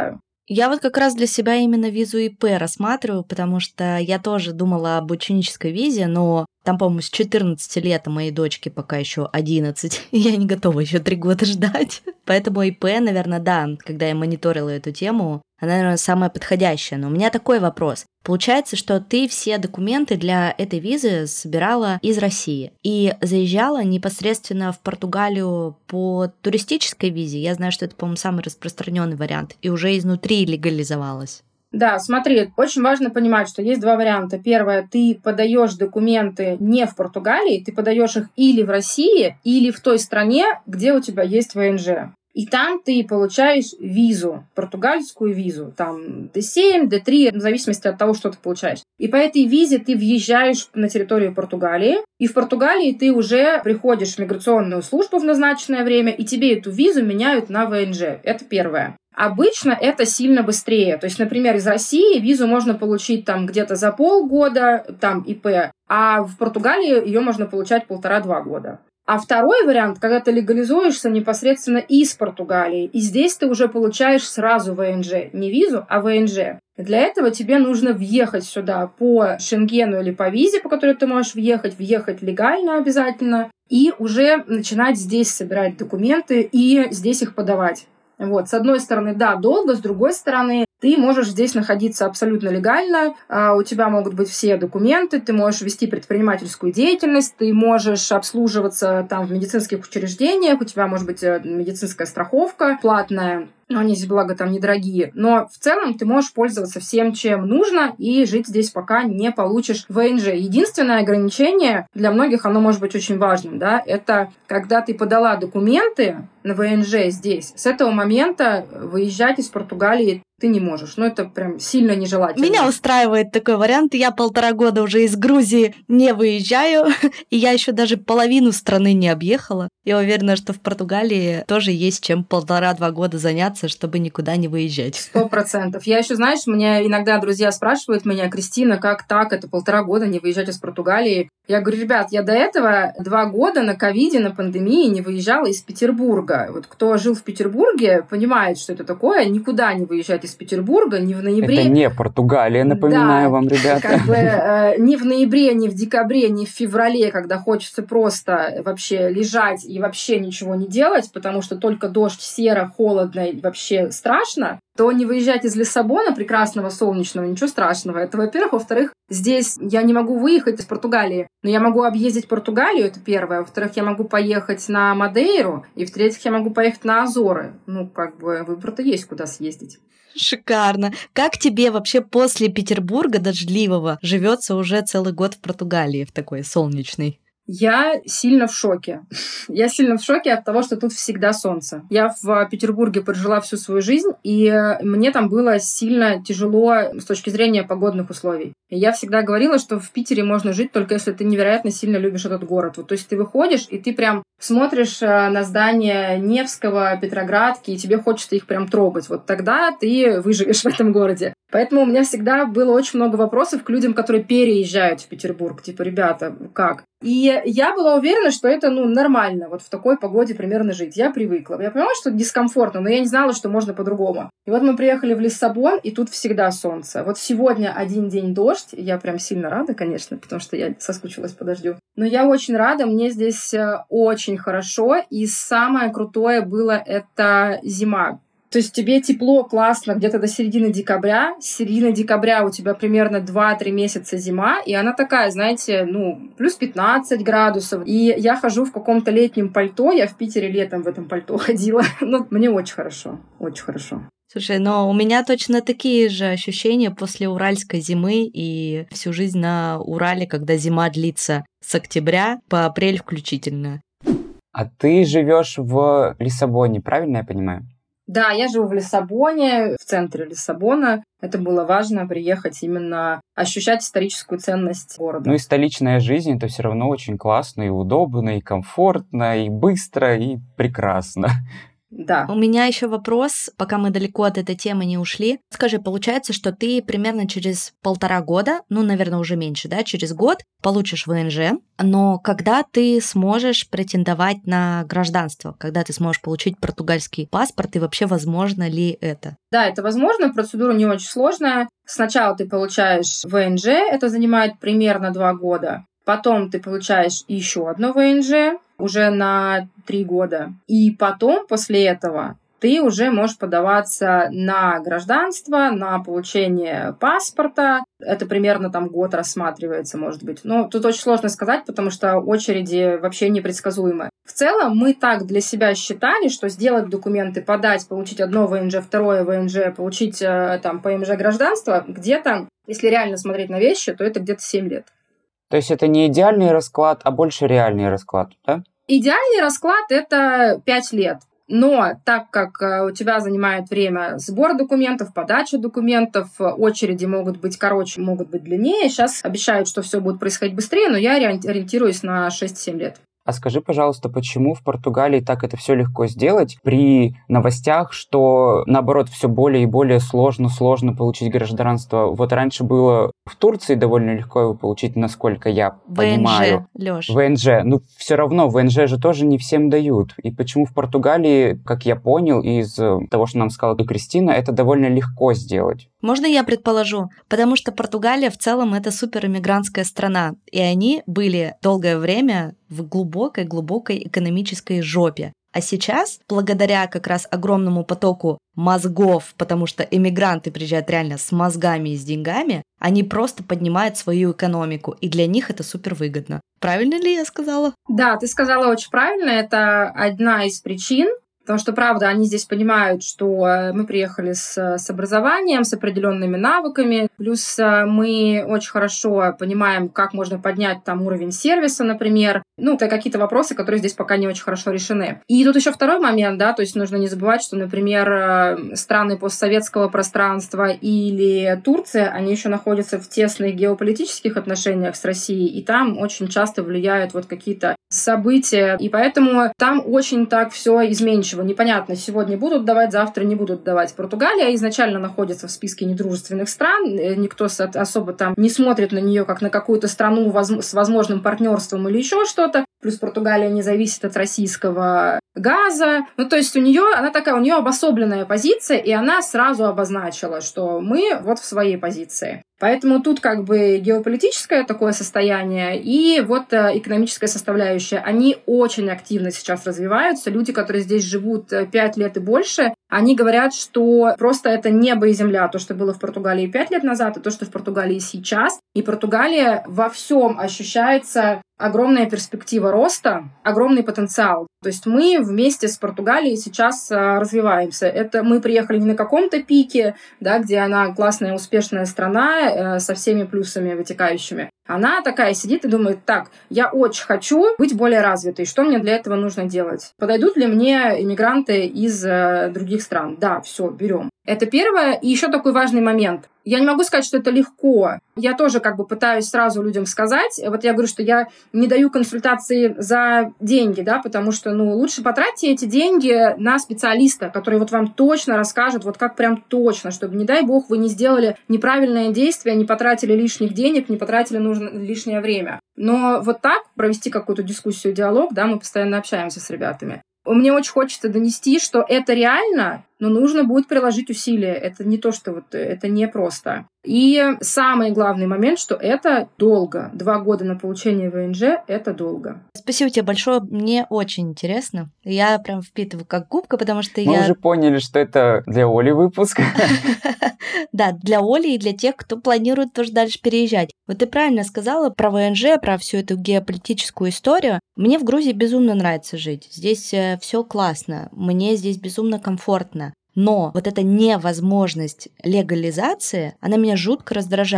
Я вот как раз для себя именно визу ИП рассматриваю, потому что я тоже думала об ученической визе, но там, по-моему, с 14 лет, а моей дочке пока еще 11, и я не готова еще 3 года ждать. Поэтому ИП, наверное, да, когда я мониторила эту тему, она, наверное, самая подходящая. Но у меня такой вопрос. Получается, что ты все документы для этой визы собирала из России и заезжала непосредственно в Португалию по туристической визе. Я знаю, что это, по-моему, самый распространенный вариант, и уже изнутри легализовалась. Да, смотри, очень важно понимать, что есть два варианта. Первое, ты подаешь документы не в Португалии, ты подаешь их или в России, или в той стране, где у тебя есть ВНЖ. И там ты получаешь визу, португальскую визу, там D7, D3, в зависимости от того, что ты получаешь. И по этой визе ты въезжаешь на территорию Португалии, и в Португалии ты уже приходишь в миграционную службу в назначенное время, и тебе эту визу меняют на ВНЖ. Это первое. Обычно это сильно быстрее. То есть, например, из России визу можно получить там где-то за полгода, там ИП, а в Португалии ее можно получать 1,5-2 года. А второй вариант, когда ты легализуешься непосредственно из Португалии, и здесь ты уже получаешь сразу ВНЖ, не визу, а ВНЖ. Для этого тебе нужно въехать сюда по Шенгену или по визе, по которой ты можешь въехать легально обязательно, и уже начинать здесь собирать документы и здесь их подавать. Вот, с одной стороны, да, долго, с другой стороны, ты можешь здесь находиться абсолютно легально, у тебя могут быть все документы, ты можешь вести предпринимательскую деятельность, ты можешь обслуживаться там в медицинских учреждениях, у тебя может быть медицинская страховка платная, они здесь, благо, там недорогие, но в целом ты можешь пользоваться всем, чем нужно, и жить здесь, пока не получишь ВНЖ. Единственное ограничение, для многих оно может быть очень важным, да, это когда ты подала документы на ВНЖ здесь, с этого момента выезжать из Португалии ты не можешь. Ну, это прям сильно нежелательно. Меня устраивает такой вариант. Я 1,5 года уже из Грузии не выезжаю, и я еще даже половину страны не объехала. Я уверена, что в Португалии тоже есть чем 1,5-2 года заняться, чтобы никуда не выезжать. 100%. Я еще, знаешь, мне иногда друзья спрашивают меня: Кристина, как так? Это 1,5 года не выезжать из Португалии. Я говорю: ребят, я до этого 2 года на ковиде, на пандемии не выезжала из Петербурга. Вот кто жил в Петербурге, понимает, что это такое. Никуда не выезжать из Петербурга, ни в ноябре. Это не Португалия, напоминаю вам, ребята. Как бы ни в ноябре, ни в декабре, ни в феврале, когда хочется просто вообще лежать и вообще ничего не делать, потому что только дождь, серо, холодно и вообще страшно, то не выезжать из Лиссабона, прекрасного, солнечного, ничего страшного. Это, во-первых. Во-вторых, здесь я не могу выехать из Португалии, но я могу объездить Португалию, это первое. Во-вторых, я могу поехать на Мадейру, и в-третьих, я могу поехать на Азоры. Ну, как бы выбор-то есть, куда съездить. Шикарно. Как тебе вообще после Петербурга дождливого живется уже целый год в Португалии, в такой солнечной? Я сильно в шоке. Я сильно в шоке от того, что тут всегда солнце. Я в Петербурге прожила всю свою жизнь, и мне там было сильно тяжело с точки зрения погодных условий. И я всегда говорила, что в Питере можно жить только если ты невероятно сильно любишь этот город. Вот, то есть ты выходишь, и ты прям смотришь на здания Невского, Петроградки, и тебе хочется их прям трогать. Вот тогда ты выживешь в этом городе. Поэтому у меня всегда было очень много вопросов к людям, которые переезжают в Петербург. Типа, ребята, как? И я была уверена, что это, нормально, вот в такой погоде примерно жить. Я привыкла. Я понимала, что дискомфортно, но я не знала, что можно по-другому. И вот мы приехали в Лиссабон, и тут всегда солнце. Вот сегодня один день дождь. Я прям сильно рада, конечно, потому что я соскучилась по дождю. Но я очень рада, мне здесь очень хорошо. И самое крутое было это зима. То есть тебе тепло, классно, где-то до середины декабря. С середины декабря у тебя примерно 2-3 месяца зима, и она такая, знаете, плюс 15 градусов. И я хожу в каком-то летнем пальто, я в Питере летом в этом пальто ходила. Мне очень хорошо, очень хорошо. Слушай, но у меня точно такие же ощущения после уральской зимы и всю жизнь на Урале, когда зима длится с октября по апрель включительно. А ты живешь в Лиссабоне, правильно я понимаю? Да, я живу в Лиссабоне, в центре Лиссабона. Это было важно, приехать именно ощущать историческую ценность города. Ну и столичная жизнь, это все равно очень классно, и удобно, и комфортно, и быстро, и прекрасно. Да. У меня еще вопрос, пока мы далеко от этой темы не ушли. Скажи, получается, что ты примерно через 1,5 года, ну, наверное, уже меньше, да, через год получишь ВНЖ, но когда ты сможешь претендовать на гражданство? Когда ты сможешь получить португальский паспорт и вообще возможно ли это? Да, это возможно, процедура не очень сложная. Сначала ты получаешь ВНЖ, это занимает примерно 2 года. Потом ты получаешь еще одно ВНЖ уже на 3 года. И потом, после этого, ты уже можешь подаваться на гражданство, на получение паспорта. Это примерно там год рассматривается, может быть. Но тут очень сложно сказать, потому что очереди вообще непредсказуемы. В целом, мы так для себя считали, что сделать документы, подать, получить одно ВНЖ, второе ВНЖ, получить там ПМЖ гражданство, где-то, если реально смотреть на вещи, то это где-то 7 лет. То есть это не идеальный расклад, а больше реальный расклад, да? Идеальный расклад – это 5 лет. Но так как у тебя занимает время сбор документов, подача документов, очереди могут быть короче, могут быть длиннее. Сейчас обещают, что все будет происходить быстрее, но я ориентируюсь на 6-7 лет. А скажи, пожалуйста, почему в Португалии так это все легко сделать при новостях, что, наоборот, все более и более сложно получить гражданство? Вот раньше было в Турции довольно легко его получить, насколько я понимаю. Лёш. ВНЖ. Ну, все равно, ВНЖ же тоже не всем дают. И почему в Португалии, как я понял из того, что нам сказала Кристина, это довольно легко сделать? Можно я предположу? Потому что Португалия в целом это суперэмигрантская страна, и они были долгое время в глубокой экономической жопе. А сейчас, благодаря как раз огромному потоку мозгов, потому что эмигранты приезжают реально с мозгами и с деньгами, они просто поднимают свою экономику, и для них это супервыгодно. Правильно ли я сказала? Да, ты сказала очень правильно, это одна из причин. Потому что, правда, они здесь понимают, что мы приехали с образованием, с определенными навыками. Плюс мы очень хорошо понимаем, как можно поднять там уровень сервиса, например. Ну, это какие-то вопросы, которые здесь пока не очень хорошо решены. И тут еще второй момент, да, то есть нужно не забывать, что, например, страны постсоветского пространства или Турция, они еще находятся в тесных геополитических отношениях с Россией, и там очень часто влияют вот какие-то события, и поэтому там очень так все изменчиво. Непонятно, сегодня будут давать, завтра не будут давать. Португалия изначально находится в списке недружественных стран, никто особо там не смотрит на нее как на какую-то страну с возможным партнерством или еще что-то. Плюс Португалия не зависит от российского газа. Ну, то есть у нее обособленная позиция, и она сразу обозначила, что мы вот в своей позиции. Поэтому тут как бы геополитическое такое состояние и вот экономическая составляющая. Они очень активно сейчас развиваются. Люди, которые здесь живут 5 лет и больше, они говорят, что просто это небо и земля. То, что было в Португалии 5 лет назад, и то, что в Португалии сейчас. И Португалия во всем ощущается огромная перспектива роста, огромный потенциал. То есть мы вместе с Португалией сейчас развиваемся. Это мы приехали не на каком-то пике, да, где она классная, успешная страна со всеми плюсами вытекающими. Она такая сидит и думает: так, я очень хочу быть более развитой. Что мне для этого нужно делать? Подойдут ли мне иммигранты из других стран? Да, все, берем. Это первое. И еще такой важный момент. Я не могу сказать, что это легко. Я тоже как бы пытаюсь сразу людям сказать. Вот я говорю, что я не даю консультации за деньги, да, потому что, лучше потратьте эти деньги на специалиста, который вот вам точно расскажет, вот как прям точно, чтобы, не дай бог, вы не сделали неправильное действие, не потратили лишних денег, не потратили лишнее время. Но вот так провести какую-то дискуссию, диалог, да, мы постоянно общаемся с ребятами. Мне очень хочется донести, что это реально, но нужно будет приложить усилия. Это не то, что вот это не просто. И самый главный момент, что это долго. 2 года на получение ВНЖ – это долго. Спасибо тебе большое, мне очень интересно. Я прям впитываю как губка, потому что Мы уже поняли, что это для Оли выпуск. Да, для Оли и для тех, кто планирует тоже дальше переезжать. Вот ты правильно сказала про ВНЖ, про всю эту геополитическую историю. Мне в Грузии безумно нравится жить. Здесь все классно, мне здесь безумно комфортно. Но вот эта невозможность легализации, она меня жутко раздражает.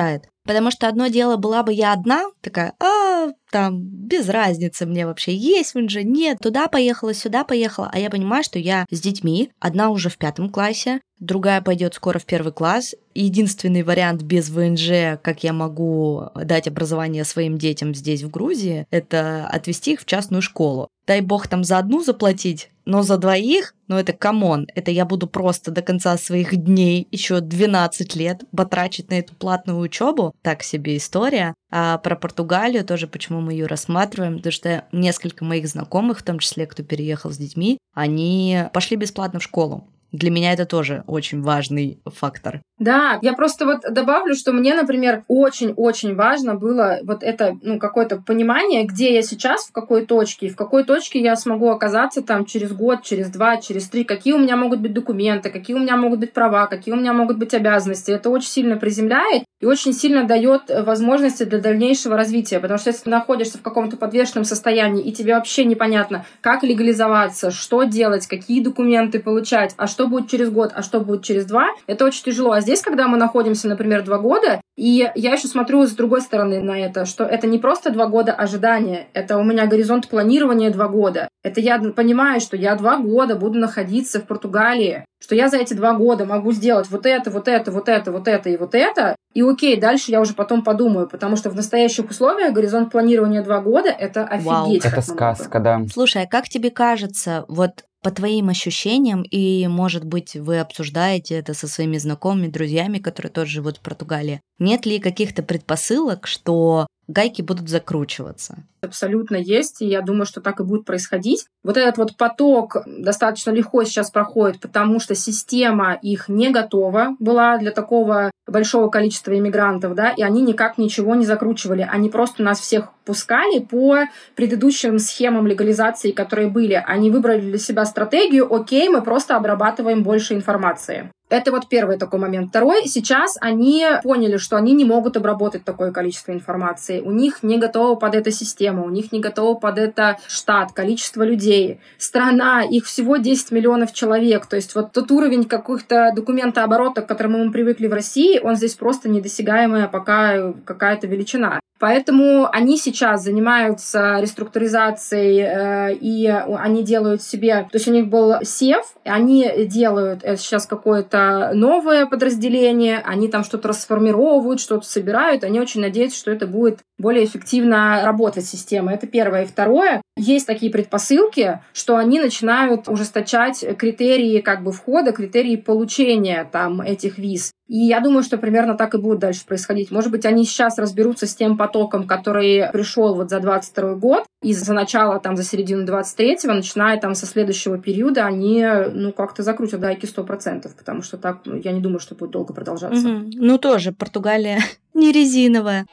Потому что одно дело, была бы я одна, такая, там, без разницы мне вообще, есть он же, нет, туда поехала, сюда поехала. А я понимаю, что я с детьми, одна уже в 5 классе, другая пойдет скоро в 1 класс. Единственный вариант без ВНЖ, как я могу дать образование своим детям здесь, в Грузии, это отвезти их в частную школу. Дай бог там за одну заплатить, но за двоих, это камон, это я буду просто до конца своих дней, еще 12 лет, батрачить на эту платную учебу. Так себе история. А про Португалию тоже, почему мы ее рассматриваем, потому что несколько моих знакомых, в том числе, кто переехал с детьми, они пошли бесплатно в школу. Для меня это тоже очень важный фактор. Да, я просто вот добавлю, что мне, например, очень-очень важно было вот это, какое-то понимание, где я сейчас, в какой точке, и в какой точке я смогу оказаться там через год, через 2, через 3, какие у меня могут быть документы, какие у меня могут быть права, какие у меня могут быть обязанности. Это очень сильно приземляет и очень сильно дает возможности для дальнейшего развития, потому что если ты находишься в каком-то подвешенном состоянии, и тебе вообще непонятно, как легализоваться, что делать, какие документы получать, а что будет через год, а что будет через 2, это очень тяжело. А здесь, когда мы находимся, например, 2 года, и я еще смотрю с другой стороны на это, что это не просто 2 года ожидания, это у меня горизонт планирования 2 года. Это я понимаю, что я 2 года буду находиться в Португалии, что я за эти 2 года могу сделать вот это, вот это, вот это, вот это и вот это, и окей, дальше я уже потом подумаю, потому что в настоящих условиях горизонт планирования 2 года — это офигеть. Вау. Это сказка, да. Слушай, а как тебе кажется, вот по твоим ощущениям, и, может быть, вы обсуждаете это со своими знакомыми, друзьями, которые тоже живут в Португалии, нет ли каких-то предпосылок, что гайки будут закручиваться? Абсолютно есть, и я думаю, что так и будет происходить. Вот этот вот поток достаточно легко сейчас проходит, потому что система их не готова была для такого большого количества иммигрантов, да, и они никак ничего не закручивали. Они просто нас всех пускали по предыдущим схемам легализации, которые были. Они выбрали для себя стратегию, окей, мы просто обрабатываем больше информации. Это вот первый такой момент. Второй, сейчас они поняли, что они не могут обработать такое количество информации. У них не готова под это система, у них не готова под это штат, количество людей. Страна, их всего 10 миллионов человек. То есть вот тот уровень каких-то документооборотов, к которому мы привыкли в России, он здесь просто недосягаемая пока какая-то величина. Поэтому они сейчас занимаются реструктуризацией, и они делают себе... То есть у них был СЕФ, и они делают сейчас какое-то новое подразделение, они там что-то расформировывают, что-то собирают, они очень надеются, что это будет более эффективно работать система. Это первое. И второе, есть такие предпосылки, что они начинают ужесточать критерии входа, критерии получения там этих виз. И я думаю, что примерно так и будет дальше происходить. Может быть, они сейчас разберутся с тем потоком, который пришел вот за 22 год, и за начало, за середину 23-го, начиная со следующего периода, они, как-то закрутят гайки 100%, потому что так, я не думаю, что будет долго продолжаться. Тоже Португалия не резиновая.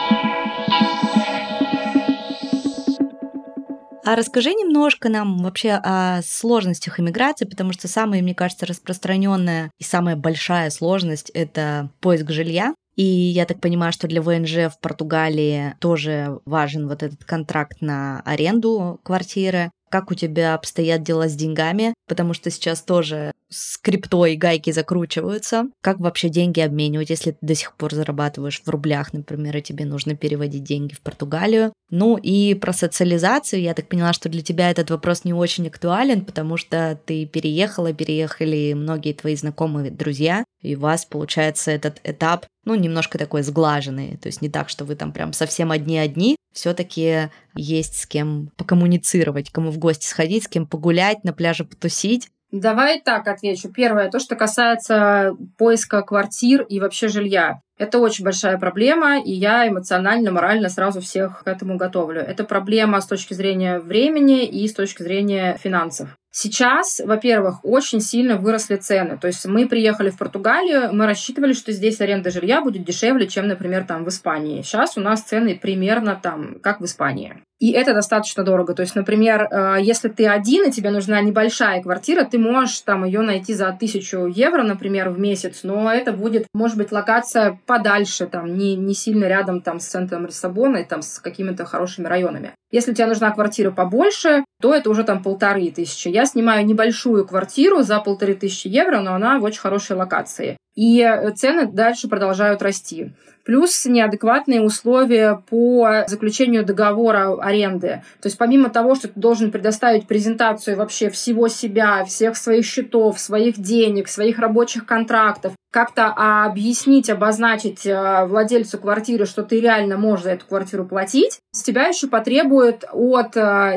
А расскажи немножко нам вообще о сложностях иммиграции, потому что самая, мне кажется, распространенная и самая большая сложность — это поиск жилья. И я так понимаю, что для ВНЖ в Португалии тоже важен вот этот контракт на аренду квартиры. Как у тебя обстоят дела с деньгами? Потому что сейчас тоже с криптой гайки закручиваются. Как вообще деньги обменивать, если ты до сих пор зарабатываешь в рублях, например, и тебе нужно переводить деньги в Португалию? И про социализацию. Я так поняла, что для тебя этот вопрос не очень актуален, потому что ты переехали многие твои знакомые, друзья, и у вас, получается, этот этап, немножко такой сглаженный. То есть не так, что вы там прям совсем одни. Все-таки есть с кем покоммуницировать, кому в гости сходить, с кем погулять, на пляже потусить. Давай так отвечу. Первое, то, что касается поиска квартир и вообще жилья. Это очень большая проблема, и я эмоционально, морально сразу всех к этому готовлю. Это проблема с точки зрения времени и с точки зрения финансов. Сейчас, во-первых, очень сильно выросли цены. То есть мы приехали в Португалию, мы рассчитывали, что здесь аренда жилья будет дешевле, чем, например, в Испании. Сейчас у нас цены примерно как в Испании. И это достаточно дорого. То есть, например, если ты один, и тебе нужна небольшая квартира, ты можешь ее найти за 1000 евро, например, в месяц, но это будет, может быть, локация подальше, не сильно рядом с центром Лиссабона, с какими-то хорошими районами. Если тебе нужна квартира побольше, то это уже 1500. Я снимаю небольшую квартиру за 1500 евро, но она в очень хорошей локации. и цены дальше продолжают расти. Плюс неадекватные условия по заключению договора аренды. То есть помимо того, что ты должен предоставить презентацию вообще всего себя, всех своих счетов, своих денег, своих рабочих контрактов, как-то объяснить, обозначить владельцу квартиры, что ты реально можешь за эту квартиру платить, с тебя еще потребует от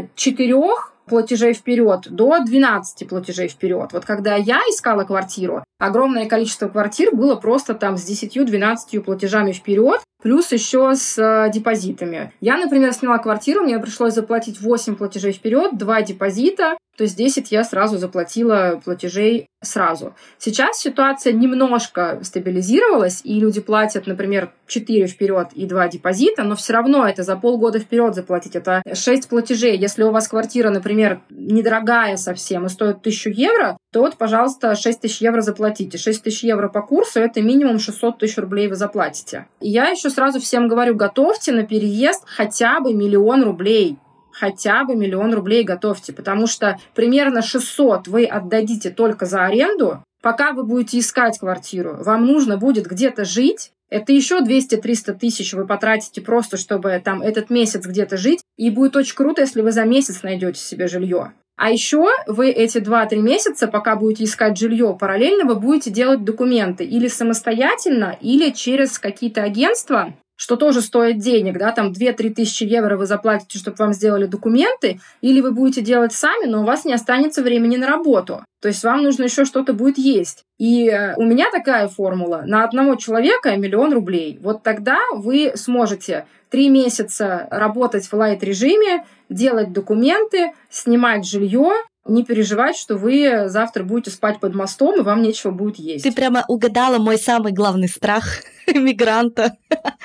4 платежей вперед до 12 платежей вперед. Вот когда я искала квартиру, огромное количество квартир было просто там с 10-12 платежами вперед, плюс еще с депозитами. Я, например, сняла квартиру, мне пришлось заплатить 8 платежей вперед, 2 депозита, то есть 10 я сразу заплатила платежей сразу. Сейчас ситуация немножко стабилизировалась, и люди платят, например, 4 вперед и 2 депозита, но все равно это за полгода вперед заплатить, это 6 платежей. Если у вас квартира, например, недорогая совсем и стоит 1000 евро, то вот, пожалуйста, 6000 евро заплатите. 6000 евро по курсу – это минимум 600 тысяч рублей вы заплатите. И я еще сразу всем говорю, готовьте на переезд хотя бы 1 000 000 рублей. Хотя бы 1 000 000 рублей готовьте, потому что примерно 600 вы отдадите только за аренду. Пока вы будете искать квартиру, вам нужно будет где-то жить. Это еще 200-300 тысяч вы потратите просто, чтобы там этот месяц где-то жить. И будет очень круто, если вы за месяц найдете себе жилье. А еще вы эти 2-3 месяца, пока будете искать жилье, параллельно вы будете делать документы или самостоятельно, или через какие-то агентства, что тоже стоит денег, да, там 2-3 тысячи евро вы заплатите, чтобы вам сделали документы, или вы будете делать сами, но у вас не останется времени на работу. То есть вам нужно еще что-то будет есть. И у меня такая формула: на одного человека 1 000 000 рублей. Вот тогда вы сможете 3 месяца работать в лайт-режиме, делать документы, снимать жилье, не переживать, что вы завтра будете спать под мостом, и вам нечего будет есть. Ты прямо угадала мой самый главный страх мигранта.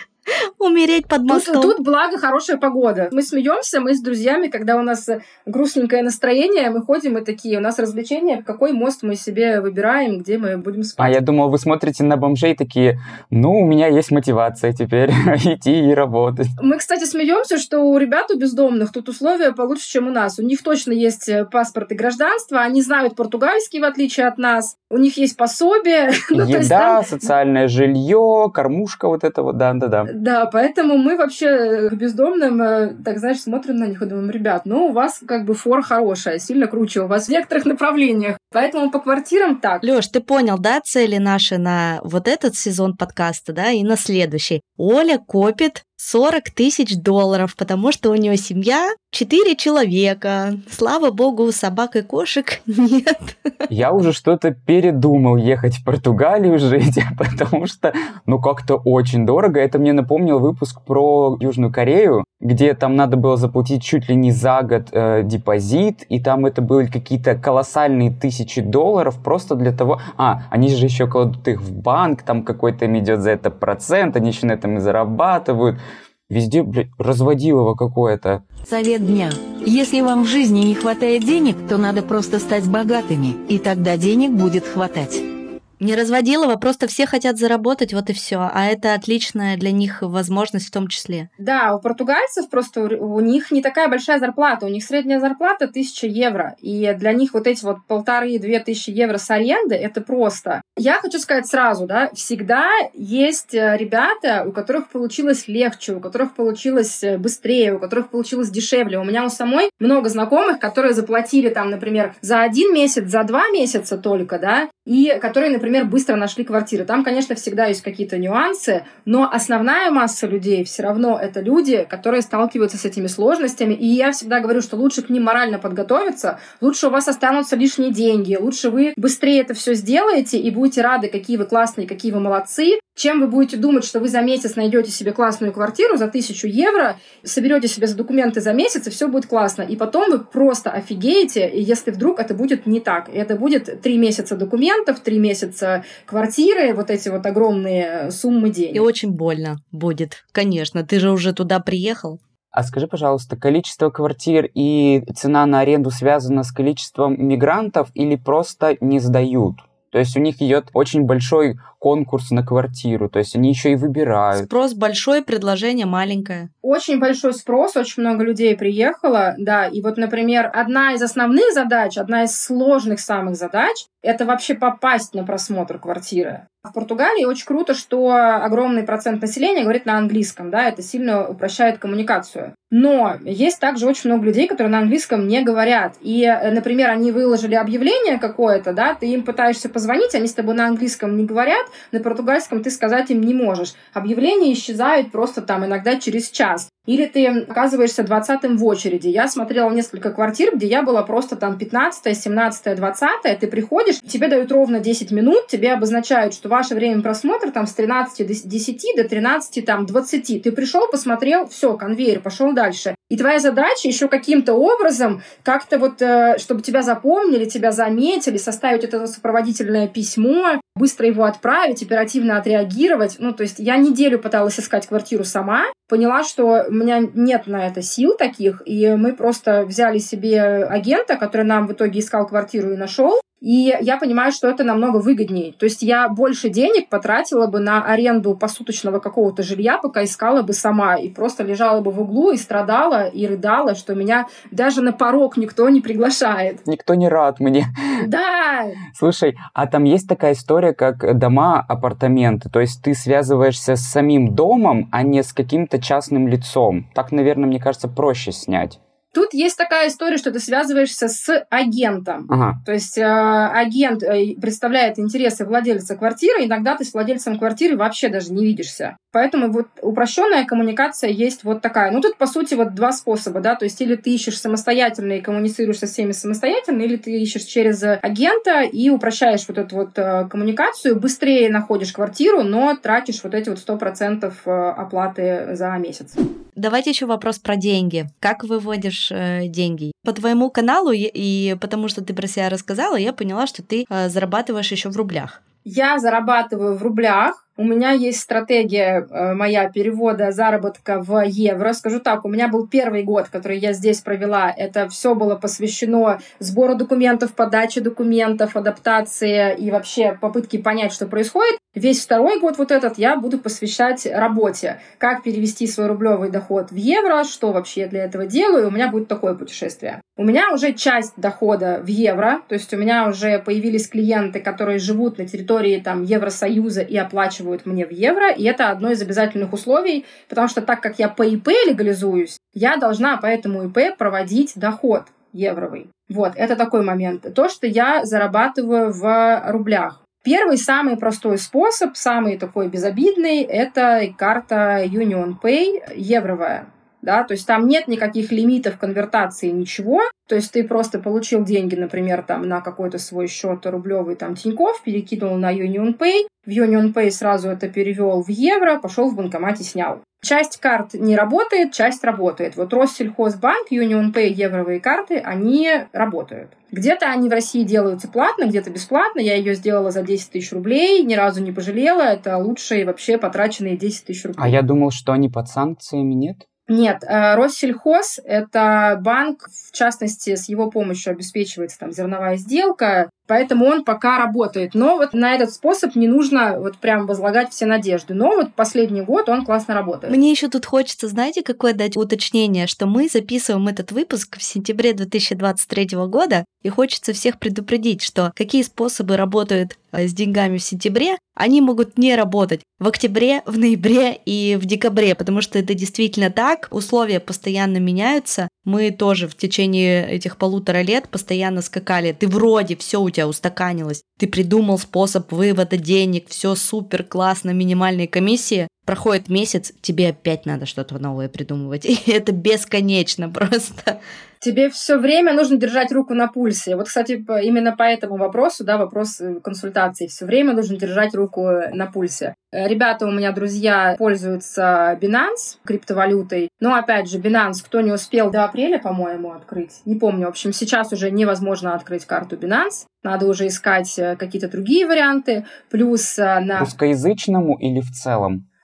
Умереть под мостом. Тут благо хорошая погода. Мы смеемся, мы с друзьями, когда у нас грустненькое настроение, мы ходим и такие, у нас развлечения, какой мост мы себе выбираем, где мы будем спать. А я думал, вы смотрите на бомжей такие, ну, у меня есть мотивация теперь идти и работать. Мы, кстати, смеемся, что у ребят, у бездомных, тут условия получше, чем у нас. У них точно есть паспорт и гражданство, они знают португальский, в отличие от нас. У них есть пособие. Еда, социальное жилье, кормушка вот это вот, да-да-да. Да, поэтому мы вообще к бездомным, так знаешь, смотрим на них и думаем, ребят, ну у вас как бы фор хорошая, сильно круче у вас в некоторых направлениях. Поэтому по квартирам так. Лёш, ты понял, да, цели наши на вот этот сезон подкаста, да, и на следующий? Оля копит $40 000, потому что у нее семья 4 человека. Слава богу, собак и кошек нет. Я уже что-то передумал ехать в Португалию жить, потому что, ну, как-то очень дорого. Это мне напомнил выпуск про Южную Корею, где там надо было заплатить чуть ли не за год депозит, и там это были какие-то колоссальные $1000 просто для того... они же еще кладут их в банк, там какой-то им идет за это процент, они еще на этом и зарабатывают. Везде, блядь, разводилово какое-то. Совет дня. Если вам в жизни не хватает денег, то надо просто стать богатыми, и тогда денег будет хватать. Не разводилово, просто все хотят заработать, вот и все. А это отличная для них возможность в том числе. Да, у португальцев просто у них не такая большая зарплата. У них средняя зарплата 1000 евро. И для них вот эти вот 1500-2000 евро с аренды, это просто. Я хочу сказать сразу, да, всегда есть ребята, у которых получилось легче, у которых получилось быстрее, у которых получилось дешевле. У меня у самой много знакомых, которые заплатили там, например, за 1 месяц, за 2 месяца только, да, и которые, например, быстро нашли квартиры. Там, конечно, всегда есть какие-то нюансы, но основная масса людей все равно это люди, которые сталкиваются с этими сложностями. И я всегда говорю, что лучше к ним морально подготовиться, лучше у вас останутся лишние деньги, лучше вы быстрее это все сделаете и будете рады, какие вы классные, какие вы молодцы, чем вы будете думать, что вы за месяц найдете себе классную квартиру за 1000 евро, соберете себе за документы за месяц, и все будет классно. И потом вы просто офигеете, если вдруг это будет не так. И это будет 3 месяца документов, 3 месяца квартиры, вот эти вот огромные суммы денег. И очень больно будет, конечно. Ты же уже туда приехал. А скажи, пожалуйста, количество квартир и цена на аренду связано с количеством мигрантов или просто не сдают? То есть у них идет очень большой конкурс на квартиру, то есть они еще и выбирают. Спрос большой, предложение маленькое. Очень большой спрос, очень много людей приехало, да, и вот, например, одна из основных задач, одна из сложных самых задач, это вообще попасть на просмотр квартиры. В Португалии очень круто, что огромный процент населения говорит на английском, да, это сильно упрощает коммуникацию. Но есть также очень много людей, которые на английском не говорят. И, например, они выложили объявление какое-то, да, ты им пытаешься позвонить, они с тобой на английском не говорят, на португальском ты сказать им не можешь. Объявления исчезают просто там иногда через час. Или ты оказываешься 20-м в очереди. Я смотрела несколько квартир, где я была просто там 15-я, 17-я, 20-я. Ты приходишь, тебе дают ровно 10 минут, тебе обозначают, что ваше время просмотра там с 13:10 до 13:20. Ты пришел, посмотрел, все, конвейер, пошел дальше. И твоя задача еще каким-то образом, как-то вот, чтобы тебя запомнили, тебя заметили, составить это сопроводительное письмо, быстро его отправить, оперативно отреагировать. Ну, то есть я неделю пыталась искать квартиру сама, поняла, что у меня нет на это сил таких, и мы просто взяли себе агента, который нам в итоге искал квартиру и нашел. И я понимаю, что это намного выгоднее. То есть я больше денег потратила бы на аренду посуточного какого-то жилья, пока искала бы сама. И просто лежала бы в углу и страдала, и рыдала, что меня даже на порог никто не приглашает. Никто не рад мне. Да! Слушай, а там есть такая история, как дома, апартаменты. То есть ты связываешься с самим домом, а не с каким-то частным лицом. Так, наверное, мне кажется, проще снять. Тут есть такая история, что ты связываешься с агентом. Ага. То есть агент представляет интересы владельца квартиры, иногда ты с владельцем квартиры вообще даже не видишься. Поэтому вот упрощенная коммуникация есть вот такая. Ну, тут, по сути, вот два способа, да, то есть или ты ищешь самостоятельно и коммуницируешь со всеми самостоятельно, или ты ищешь через агента и упрощаешь вот эту вот коммуникацию, быстрее находишь квартиру, но тратишь вот эти вот 100% оплаты за месяц. Давайте еще вопрос про деньги. Как выводишь деньги? По твоему каналу и потому что ты про себя рассказала, я поняла, что ты зарабатываешь еще в рублях. Я зарабатываю в рублях. У меня есть стратегия моя перевода заработка в евро. Скажу так, у меня был первый год, который я здесь провела. Это все было посвящено сбору документов, подаче документов, адаптации и вообще попытке понять, что происходит. Весь второй год вот этот я буду посвящать работе. Как перевести свой рублевый доход в евро, что вообще я для этого делаю. И у меня будет такое путешествие. У меня уже часть дохода в евро, то есть у меня уже появились клиенты, которые живут на территории там, Евросоюза и оплачивают мне в евро, и это одно из обязательных условий, потому что так как я по ИП легализуюсь, я должна по этому ИП проводить доход евровый. Вот, это такой момент. То, что я зарабатываю в рублях. Первый, самый простой способ, самый такой безобидный, это карта UnionPay евровая. Да, то есть там нет никаких лимитов конвертации, ничего. То есть ты просто получил деньги, например, там, на какой-то свой счет рублевый, там, Тинькофф, перекинул на UnionPay. В UnionPay сразу это перевел в евро, пошел в банкомате, снял. Часть карт не работает, часть работает. Вот Россельхозбанк, UnionPay, евровые карты, они работают. Где-то они в России делаются платно, где-то бесплатно. Я ее сделала за 10 тысяч рублей, ни разу не пожалела. Это лучшие вообще потраченные 10 тысяч рублей. А я думал, что они под санкциями, нет? Нет, Россельхоз – это банк, в частности, с его помощью обеспечивается там зерновая сделка, поэтому он пока работает. Но вот на этот способ не нужно вот прям возлагать все надежды. Но вот последний год он классно работает. Мне еще тут хочется, знаете, какое дать уточнение, что мы записываем этот выпуск в сентябре 2023 года, и хочется всех предупредить, что какие способы работают с деньгами в сентябре, они могут не работать в октябре, в ноябре и в декабре, потому что это действительно так, условия постоянно меняются. Мы тоже в течение этих 1,5 лет постоянно скакали. Ты вроде все у тебя устаканилось, ты придумал способ вывода денег, все супер, классно, минимальные комиссии. Проходит месяц, тебе опять надо что-то новое придумывать. И это бесконечно просто. Тебе все время нужно держать руку на пульсе. Вот, кстати, именно по этому вопросу, да, вопрос консультации. Все время нужно держать руку на пульсе. Ребята у меня, друзья, пользуются Binance, криптовалютой. Но, опять же, Binance, кто не успел до апреля, по-моему, открыть, не помню. В общем, сейчас уже невозможно открыть карту Binance. Надо уже искать какие-то другие варианты. Плюс на... Русскоязычному или в целом?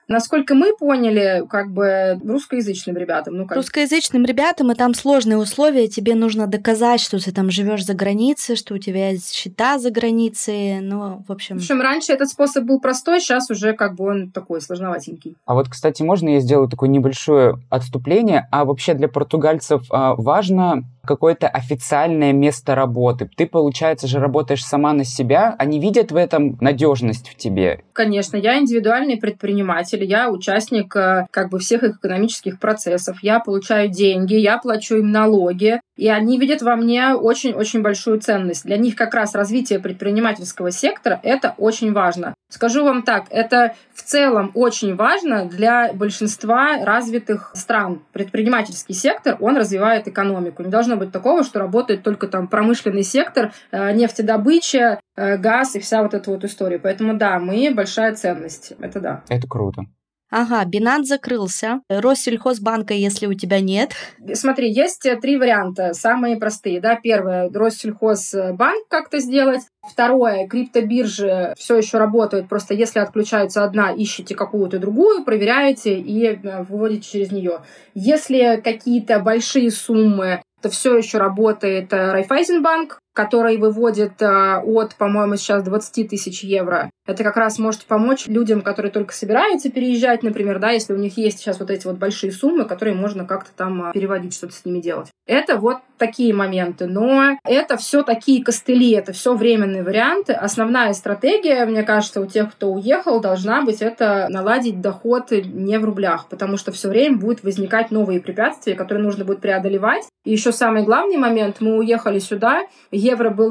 Насколько мы поняли, как бы русскоязычным ребятам. Русскоязычным ребятам, и там сложные условия, тебе нужно доказать, что ты там живешь за границей, что у тебя есть счета за границей, в общем... раньше этот способ был простой, сейчас уже как бы он такой сложноватенький. А вот, кстати, можно я сделаю такое небольшое отступление? А вообще для португальцев важно какое-то официальное место работы? Ты, получается же, работаешь сама на себя, они видят в этом надежность в тебе? Конечно, я индивидуальный предприниматель, я участник как бы всех их экономических процессов, я получаю деньги, я плачу им налоги, и они видят во мне очень-очень большую ценность. Для них как раз развитие предпринимательского сектора – это очень важно. Скажу вам так, это в целом очень важно для большинства развитых стран. Предпринимательский сектор, он развивает экономику. Не должно быть такого, что работает только там промышленный сектор, нефтедобыча, газ и вся вот эта вот история. Поэтому да, мы большая ценность. Это да. Это круто. Ага, Binance закрылся. Россельхозбанка, если у тебя нет. Смотри, есть 3 варианта, самые простые. Да? Первое, Россельхозбанк как-то сделать. Второе, криптобиржи все еще работают, просто если отключается одна, ищите какую-то другую, проверяете и выводите через нее. Если какие-то большие суммы, то все еще работает Райффайзенбанк, который выводит от, по-моему, сейчас 20 тысяч евро. Это как раз может помочь людям, которые только собираются переезжать, например, да, если у них есть сейчас вот эти вот большие суммы, которые можно как-то там переводить, что-то с ними делать. Это вот такие моменты. Но это все такие костыли, это все временные варианты. Основная стратегия, мне кажется, у тех, кто уехал, должна быть это наладить доход не в рублях, потому что все время будут возникать новые препятствия, которые нужно будет преодолевать. И еще самый главный момент, мы уехали сюда, евро был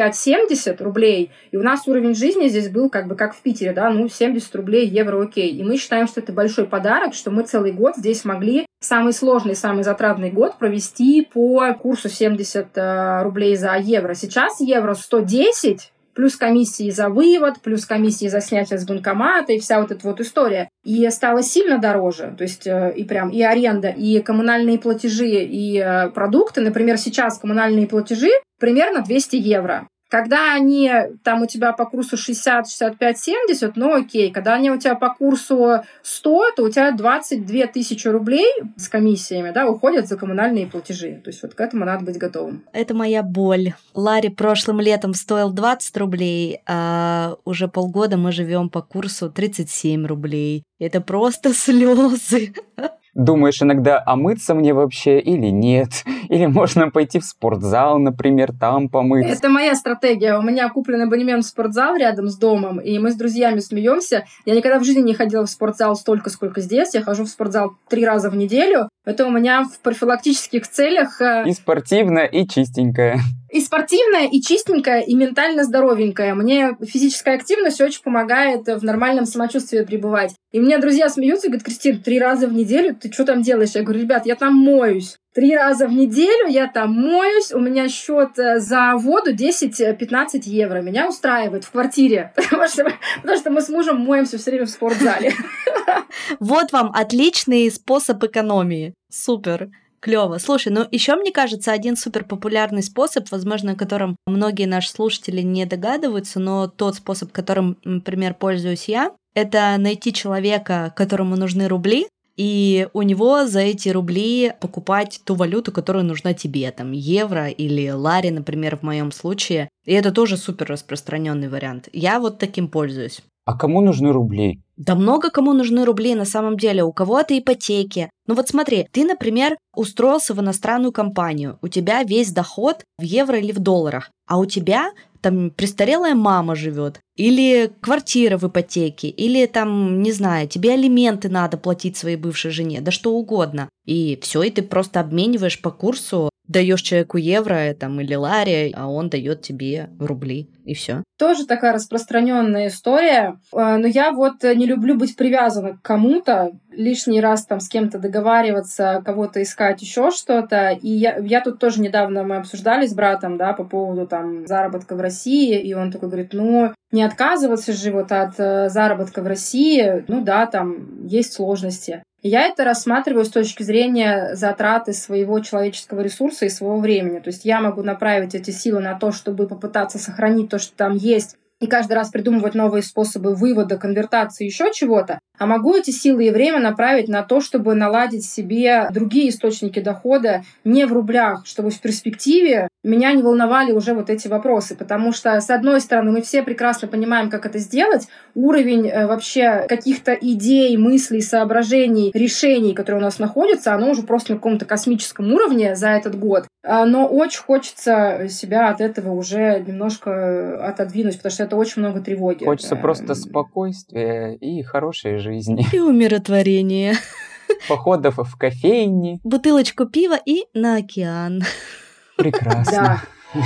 65-70 рублей, и у нас уровень жизни здесь был как бы как в Питере, да, 70 рублей, евро окей. И мы считаем, что это большой подарок, что мы целый год здесь могли самый сложный, самый затратный год провести по курсу 70 рублей за евро. Сейчас евро 110, плюс комиссии за вывод, плюс комиссии за снятие с банкомата и вся вот эта вот история. И стало сильно дороже. То есть и аренда, и коммунальные платежи, и продукты. Например, сейчас коммунальные платежи примерно 200 евро. Когда они там у тебя по курсу 60, 65, 70, окей. Когда они у тебя по курсу 100, то у тебя 22 тысячи рублей с комиссиями, да, уходят за коммунальные платежи. То есть вот к этому надо быть готовым. Это моя боль. Ларри прошлым летом стоил 20 рублей, а уже полгода мы живем по курсу 37 рублей. Это просто слезы. Думаешь иногда, а мыться мне вообще или нет? Или можно пойти в спортзал, например, там помыться? Это моя стратегия. У меня куплен абонемент в спортзал рядом с домом, и мы с друзьями смеемся. Я никогда в жизни не ходила в спортзал столько, сколько здесь. Я хожу в спортзал 3 раза в неделю. Это у меня в профилактических целях... И спортивная, и чистенькая. И спортивная, и чистенькая, и ментально здоровенькая. Мне физическая активность очень помогает в нормальном самочувствии пребывать. И мне друзья смеются и говорят: Кристин, 3 раза в неделю ты что там делаешь? Я говорю: ребят, я там моюсь. 3 раза в неделю я там моюсь, у меня счет за воду 10-15 евро. Меня устраивает в квартире, потому что мы с мужем моемся все время в спортзале. Вот вам отличный способ экономии. Супер. Клево. Слушай, еще мне кажется, один супер популярный способ, возможно, о котором многие наши слушатели не догадываются, но тот способ, которым, например, пользуюсь я, это найти человека, которому нужны рубли, и у него за эти рубли покупать ту валюту, которая нужна тебе, там, евро или лари, например, в моем случае. И это тоже супер распространенный вариант. Я вот таким пользуюсь. А кому нужны рубли? Да много кому нужны рубли на самом деле. У кого-то ипотеки. Ну вот смотри, ты, например, устроился в иностранную компанию. У тебя весь доход в евро или в долларах. А у тебя там престарелая мама живет. Или квартира в ипотеке. Или там, не знаю, тебе алименты надо платить своей бывшей жене. Да что угодно. И все, и ты просто обмениваешь по курсу. Даешь человеку евро там, или лари, а он дает тебе рубли. И все. Тоже такая распространенная история. Но я вот не люблю быть привязана к кому-то, лишний раз там с кем-то договариваться, кого-то искать, еще что-то. И я тут тоже недавно мы обсуждали с братом, да, по поводу там заработка в России, и он такой говорит: не отказываться же вот от заработка в России, да, там есть сложности. Я это рассматриваю с точки зрения затраты своего человеческого ресурса и своего времени. То есть я могу направить эти силы на то, чтобы попытаться сохранить то, что там есть, и каждый раз придумывать новые способы вывода, конвертации, еще чего-то, а могу эти силы и время направить на то, чтобы наладить себе другие источники дохода не в рублях, чтобы в перспективе меня не волновали уже вот эти вопросы. Потому что, с одной стороны, мы все прекрасно понимаем, как это сделать. Уровень вообще каких-то идей, мыслей, соображений, решений, которые у нас находятся, оно уже просто на каком-то космическом уровне за этот год. Но очень хочется себя от этого уже немножко отодвинуть, потому что это очень много тревоги. Хочется просто спокойствия и хорошей жизни. И умиротворение. Походов в кофейни. Бутылочку пива и на океан. Прекрасно. Да.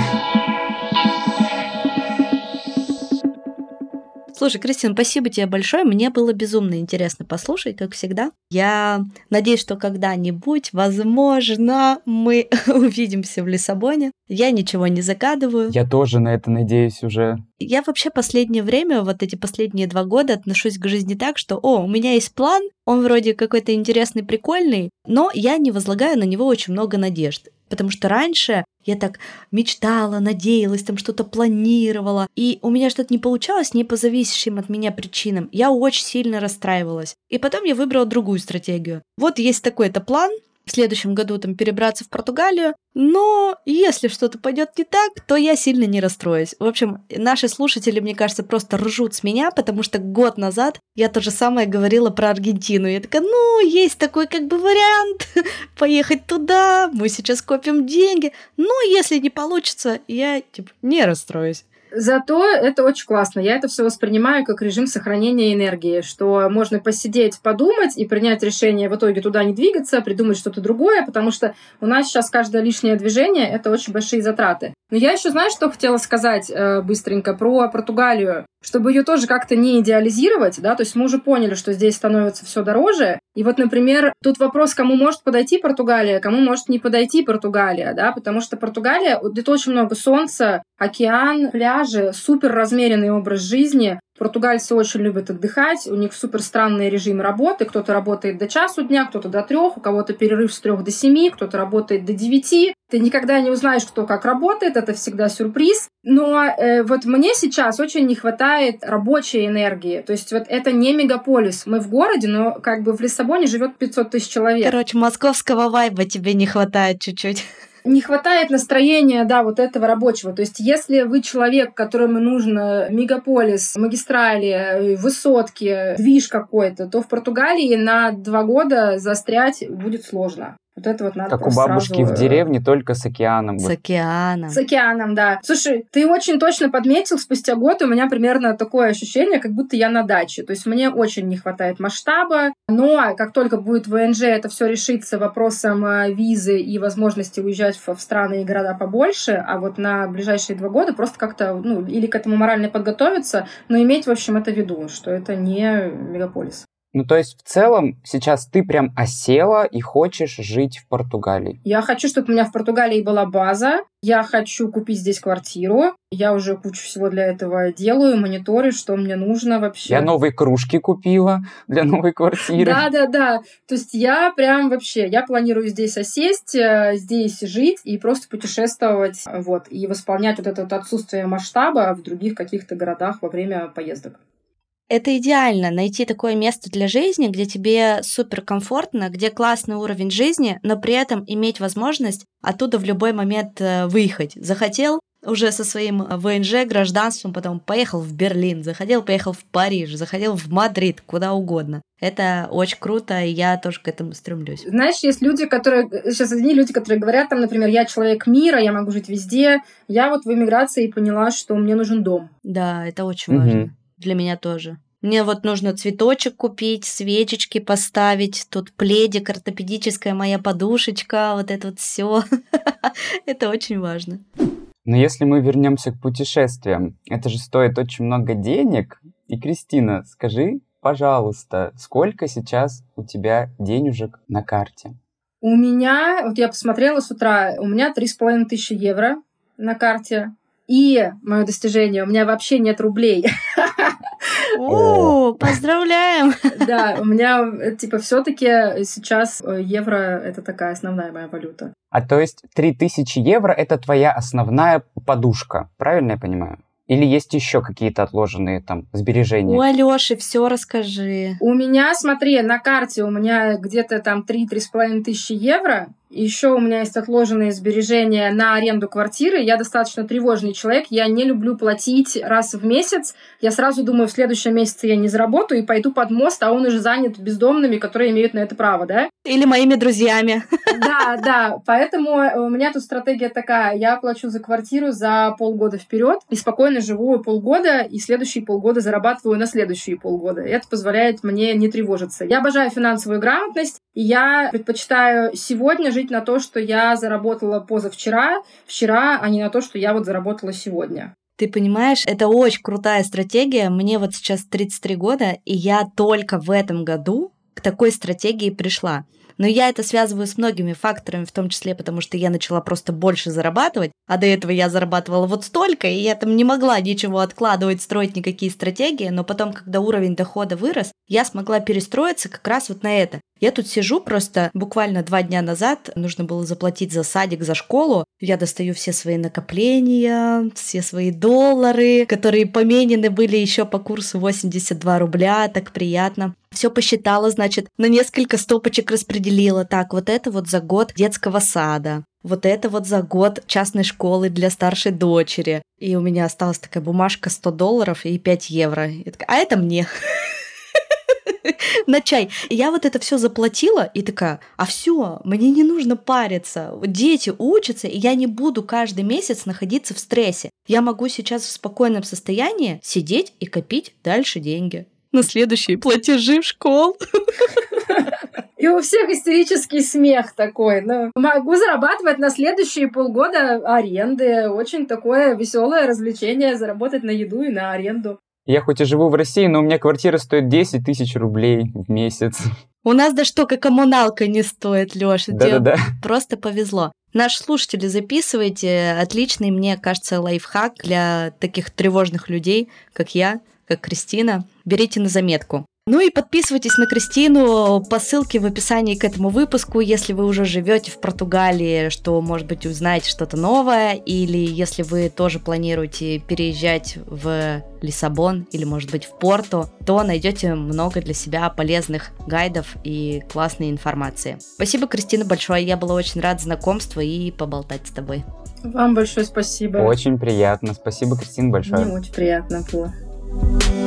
Слушай, Кристина, спасибо тебе большое. Мне было безумно интересно послушать, как всегда. Я надеюсь, что когда-нибудь, возможно, мы увидимся в Лиссабоне. Я ничего не загадываю. Я тоже на это надеюсь уже. Я вообще последнее время, вот эти последние 2 года отношусь к жизни так, что, у меня есть план, он вроде какой-то интересный, прикольный, но я не возлагаю на него очень много надежд. Потому что раньше я так мечтала, надеялась, там что-то планировала, и у меня что-то не получалось не по зависящим от меня причинам. Я очень сильно расстраивалась. И потом я выбрала другую стратегию. Вот есть такой-то план, в следующем году там перебраться в Португалию, но если что-то пойдет не так, то я сильно не расстроюсь. В общем, наши слушатели, мне кажется, просто ржут с меня, потому что год назад я то же самое говорила про Аргентину. Я такая, есть такой как бы вариант поехать туда, мы сейчас копим деньги, но если не получится, я не расстроюсь. Зато это очень классно. Я это все воспринимаю как режим сохранения энергии, что можно посидеть, подумать и принять решение в итоге туда не двигаться, придумать что-то другое, потому что у нас сейчас каждое лишнее движение — это очень большие затраты. Но я еще, знаешь, что хотела сказать быстренько про Португалию, чтобы ее тоже как-то не идеализировать, да, то есть мы уже поняли, что здесь становится все дороже. И вот, например, тут вопрос, кому может подойти Португалия, кому может не подойти Португалия, да, потому что Португалия, где-то очень много солнца, океан, пляжи, супер размеренный образ жизни. Португальцы очень любят отдыхать, у них супер странный режим работы. Кто-то работает до часу дня, кто-то до 3, у кого-то перерыв с 3 до 7, кто-то работает до 9. Ты никогда не узнаешь, кто как работает, это всегда сюрприз. Но вот мне сейчас очень не хватает рабочей энергии. То есть вот это не мегаполис. Мы в городе, но как бы в Лиссабоне живет 500 тысяч человек. Короче, московского вайба тебе не хватает чуть-чуть. Не хватает настроения, да, вот этого рабочего. То есть если вы человек, которому нужно мегаполис, магистрали, высотки, движ какой-то, то в Португалии на 2 года застрять будет сложно. Вот это вот надо. Как у бабушки сразу... в деревне, только с океаном. С океаном. С океаном, да. Слушай, ты очень точно подметил, спустя год у меня примерно такое ощущение, как будто я на даче. То есть мне очень не хватает масштаба, но как только будет ВНЖ, это все решится вопросом визы и возможности уезжать в страны и города побольше, а вот на ближайшие 2 года просто как-то, или к этому морально подготовиться, но иметь, в общем, это в виду, что это не мегаполис. То есть, в целом, сейчас ты прям осела и хочешь жить в Португалии? Я хочу, чтобы у меня в Португалии была база. Я хочу купить здесь квартиру. Я уже кучу всего для этого делаю, мониторю, что мне нужно вообще. Я новые кружки купила для новой квартиры. Да. То есть я прям вообще, я планирую здесь осесть, здесь жить и просто путешествовать, и восполнять вот это вот отсутствие масштаба в других каких-то городах во время поездок. Это идеально, найти такое место для жизни, где тебе суперкомфортно, где классный уровень жизни, но при этом иметь возможность оттуда в любой момент выехать. Захотел уже со своим ВНЖ, гражданством, потом поехал в Берлин, поехал в Париж, захотел в Мадрид, куда угодно. Это очень круто, и я тоже к этому стремлюсь. Знаешь, есть люди, которые говорят, например, я человек мира, я могу жить везде. Я вот в эмиграции поняла, что мне нужен дом. Да, это очень важно. Для меня тоже. Мне вот нужно цветочек купить, свечечки поставить, тут пледик, ортопедическая моя подушечка, вот это вот все. Это очень важно. Но если мы вернемся к путешествиям, это же стоит очень много денег. И, Кристина, скажи, пожалуйста, сколько сейчас у тебя денежек на карте? У меня, вот я посмотрела с утра, у меня 3500 евро на карте. И мое достижение, у меня вообще нет рублей. О, поздравляем! Да, у меня, все-таки сейчас евро — это такая основная моя валюта. А то есть 3000 евро — это твоя основная подушка, правильно я понимаю? Или есть еще какие-то отложенные там сбережения? У Алёши все расскажи. У меня, смотри, на карте у меня где-то там 3-3,5 тысячи евро. Еще у меня есть отложенные сбережения на аренду квартиры. Я достаточно тревожный человек. Я не люблю платить раз в месяц. Я сразу думаю, в следующем месяце я не заработаю и пойду под мост, а он уже занят бездомными, которые имеют на это право, да? Или моими друзьями. Да. Поэтому у меня тут стратегия такая. Я плачу за квартиру за полгода вперед и спокойно живу полгода, и следующие полгода зарабатываю на следующие полгода. Это позволяет мне не тревожиться. Я обожаю финансовую грамотность, и я предпочитаю сегодня жить на то, что я заработала позавчера, вчера, а не на то, что я вот заработала сегодня. Ты понимаешь, это очень крутая стратегия. Мне вот сейчас 33 года, и я только в этом году к такой стратегии пришла. Но я это связываю с многими факторами, в том числе потому, что я начала просто больше зарабатывать, а до этого я зарабатывала вот столько, и я там не могла ничего откладывать, строить никакие стратегии, но потом, когда уровень дохода вырос, я смогла перестроиться как раз вот на это. Я тут сижу просто буквально 2 дня назад, нужно было заплатить за садик, за школу. Я достаю все свои накопления, все свои доллары, которые поменены были еще по курсу 82 рубля, так приятно. Все посчитала, значит, на несколько стопочек распределила. Так, вот это вот за год детского сада. Вот это вот за год частной школы для старшей дочери. И у меня осталась такая бумажка $100 и 5 евро. Я такая, а это мне. На чай. И я вот это все заплатила и такая, а все, мне не нужно париться. Дети учатся, и я не буду каждый месяц находиться в стрессе. Я могу сейчас в спокойном состоянии сидеть и копить дальше деньги на следующие платежи в школу. И у всех истерический смех такой. Ну, могу зарабатывать на следующие полгода аренды. Очень такое веселое развлечение заработать на еду и на аренду. Я хоть и живу в России, но у меня квартира стоит 10 тысяч рублей в месяц. У нас даже только коммуналка не стоит, Лёша. Да-да-да. Просто повезло. Наши слушатели, записывайте. Отличный, мне кажется, лайфхак для таких тревожных людей, как я, как Кристина. Берите на заметку. Ну и подписывайтесь на Кристину по ссылке в описании к этому выпуску, если вы уже живете в Португалии, что, может быть, узнаете что-то новое, или если вы тоже планируете переезжать в Лиссабон или, может быть, в Порту, то найдете много для себя полезных гайдов и классной информации. Спасибо, Кристина, большое. Я была очень рада знакомству и поболтать с тобой. Вам большое спасибо. Очень приятно. Спасибо, Кристина, большое. Мне очень приятно было.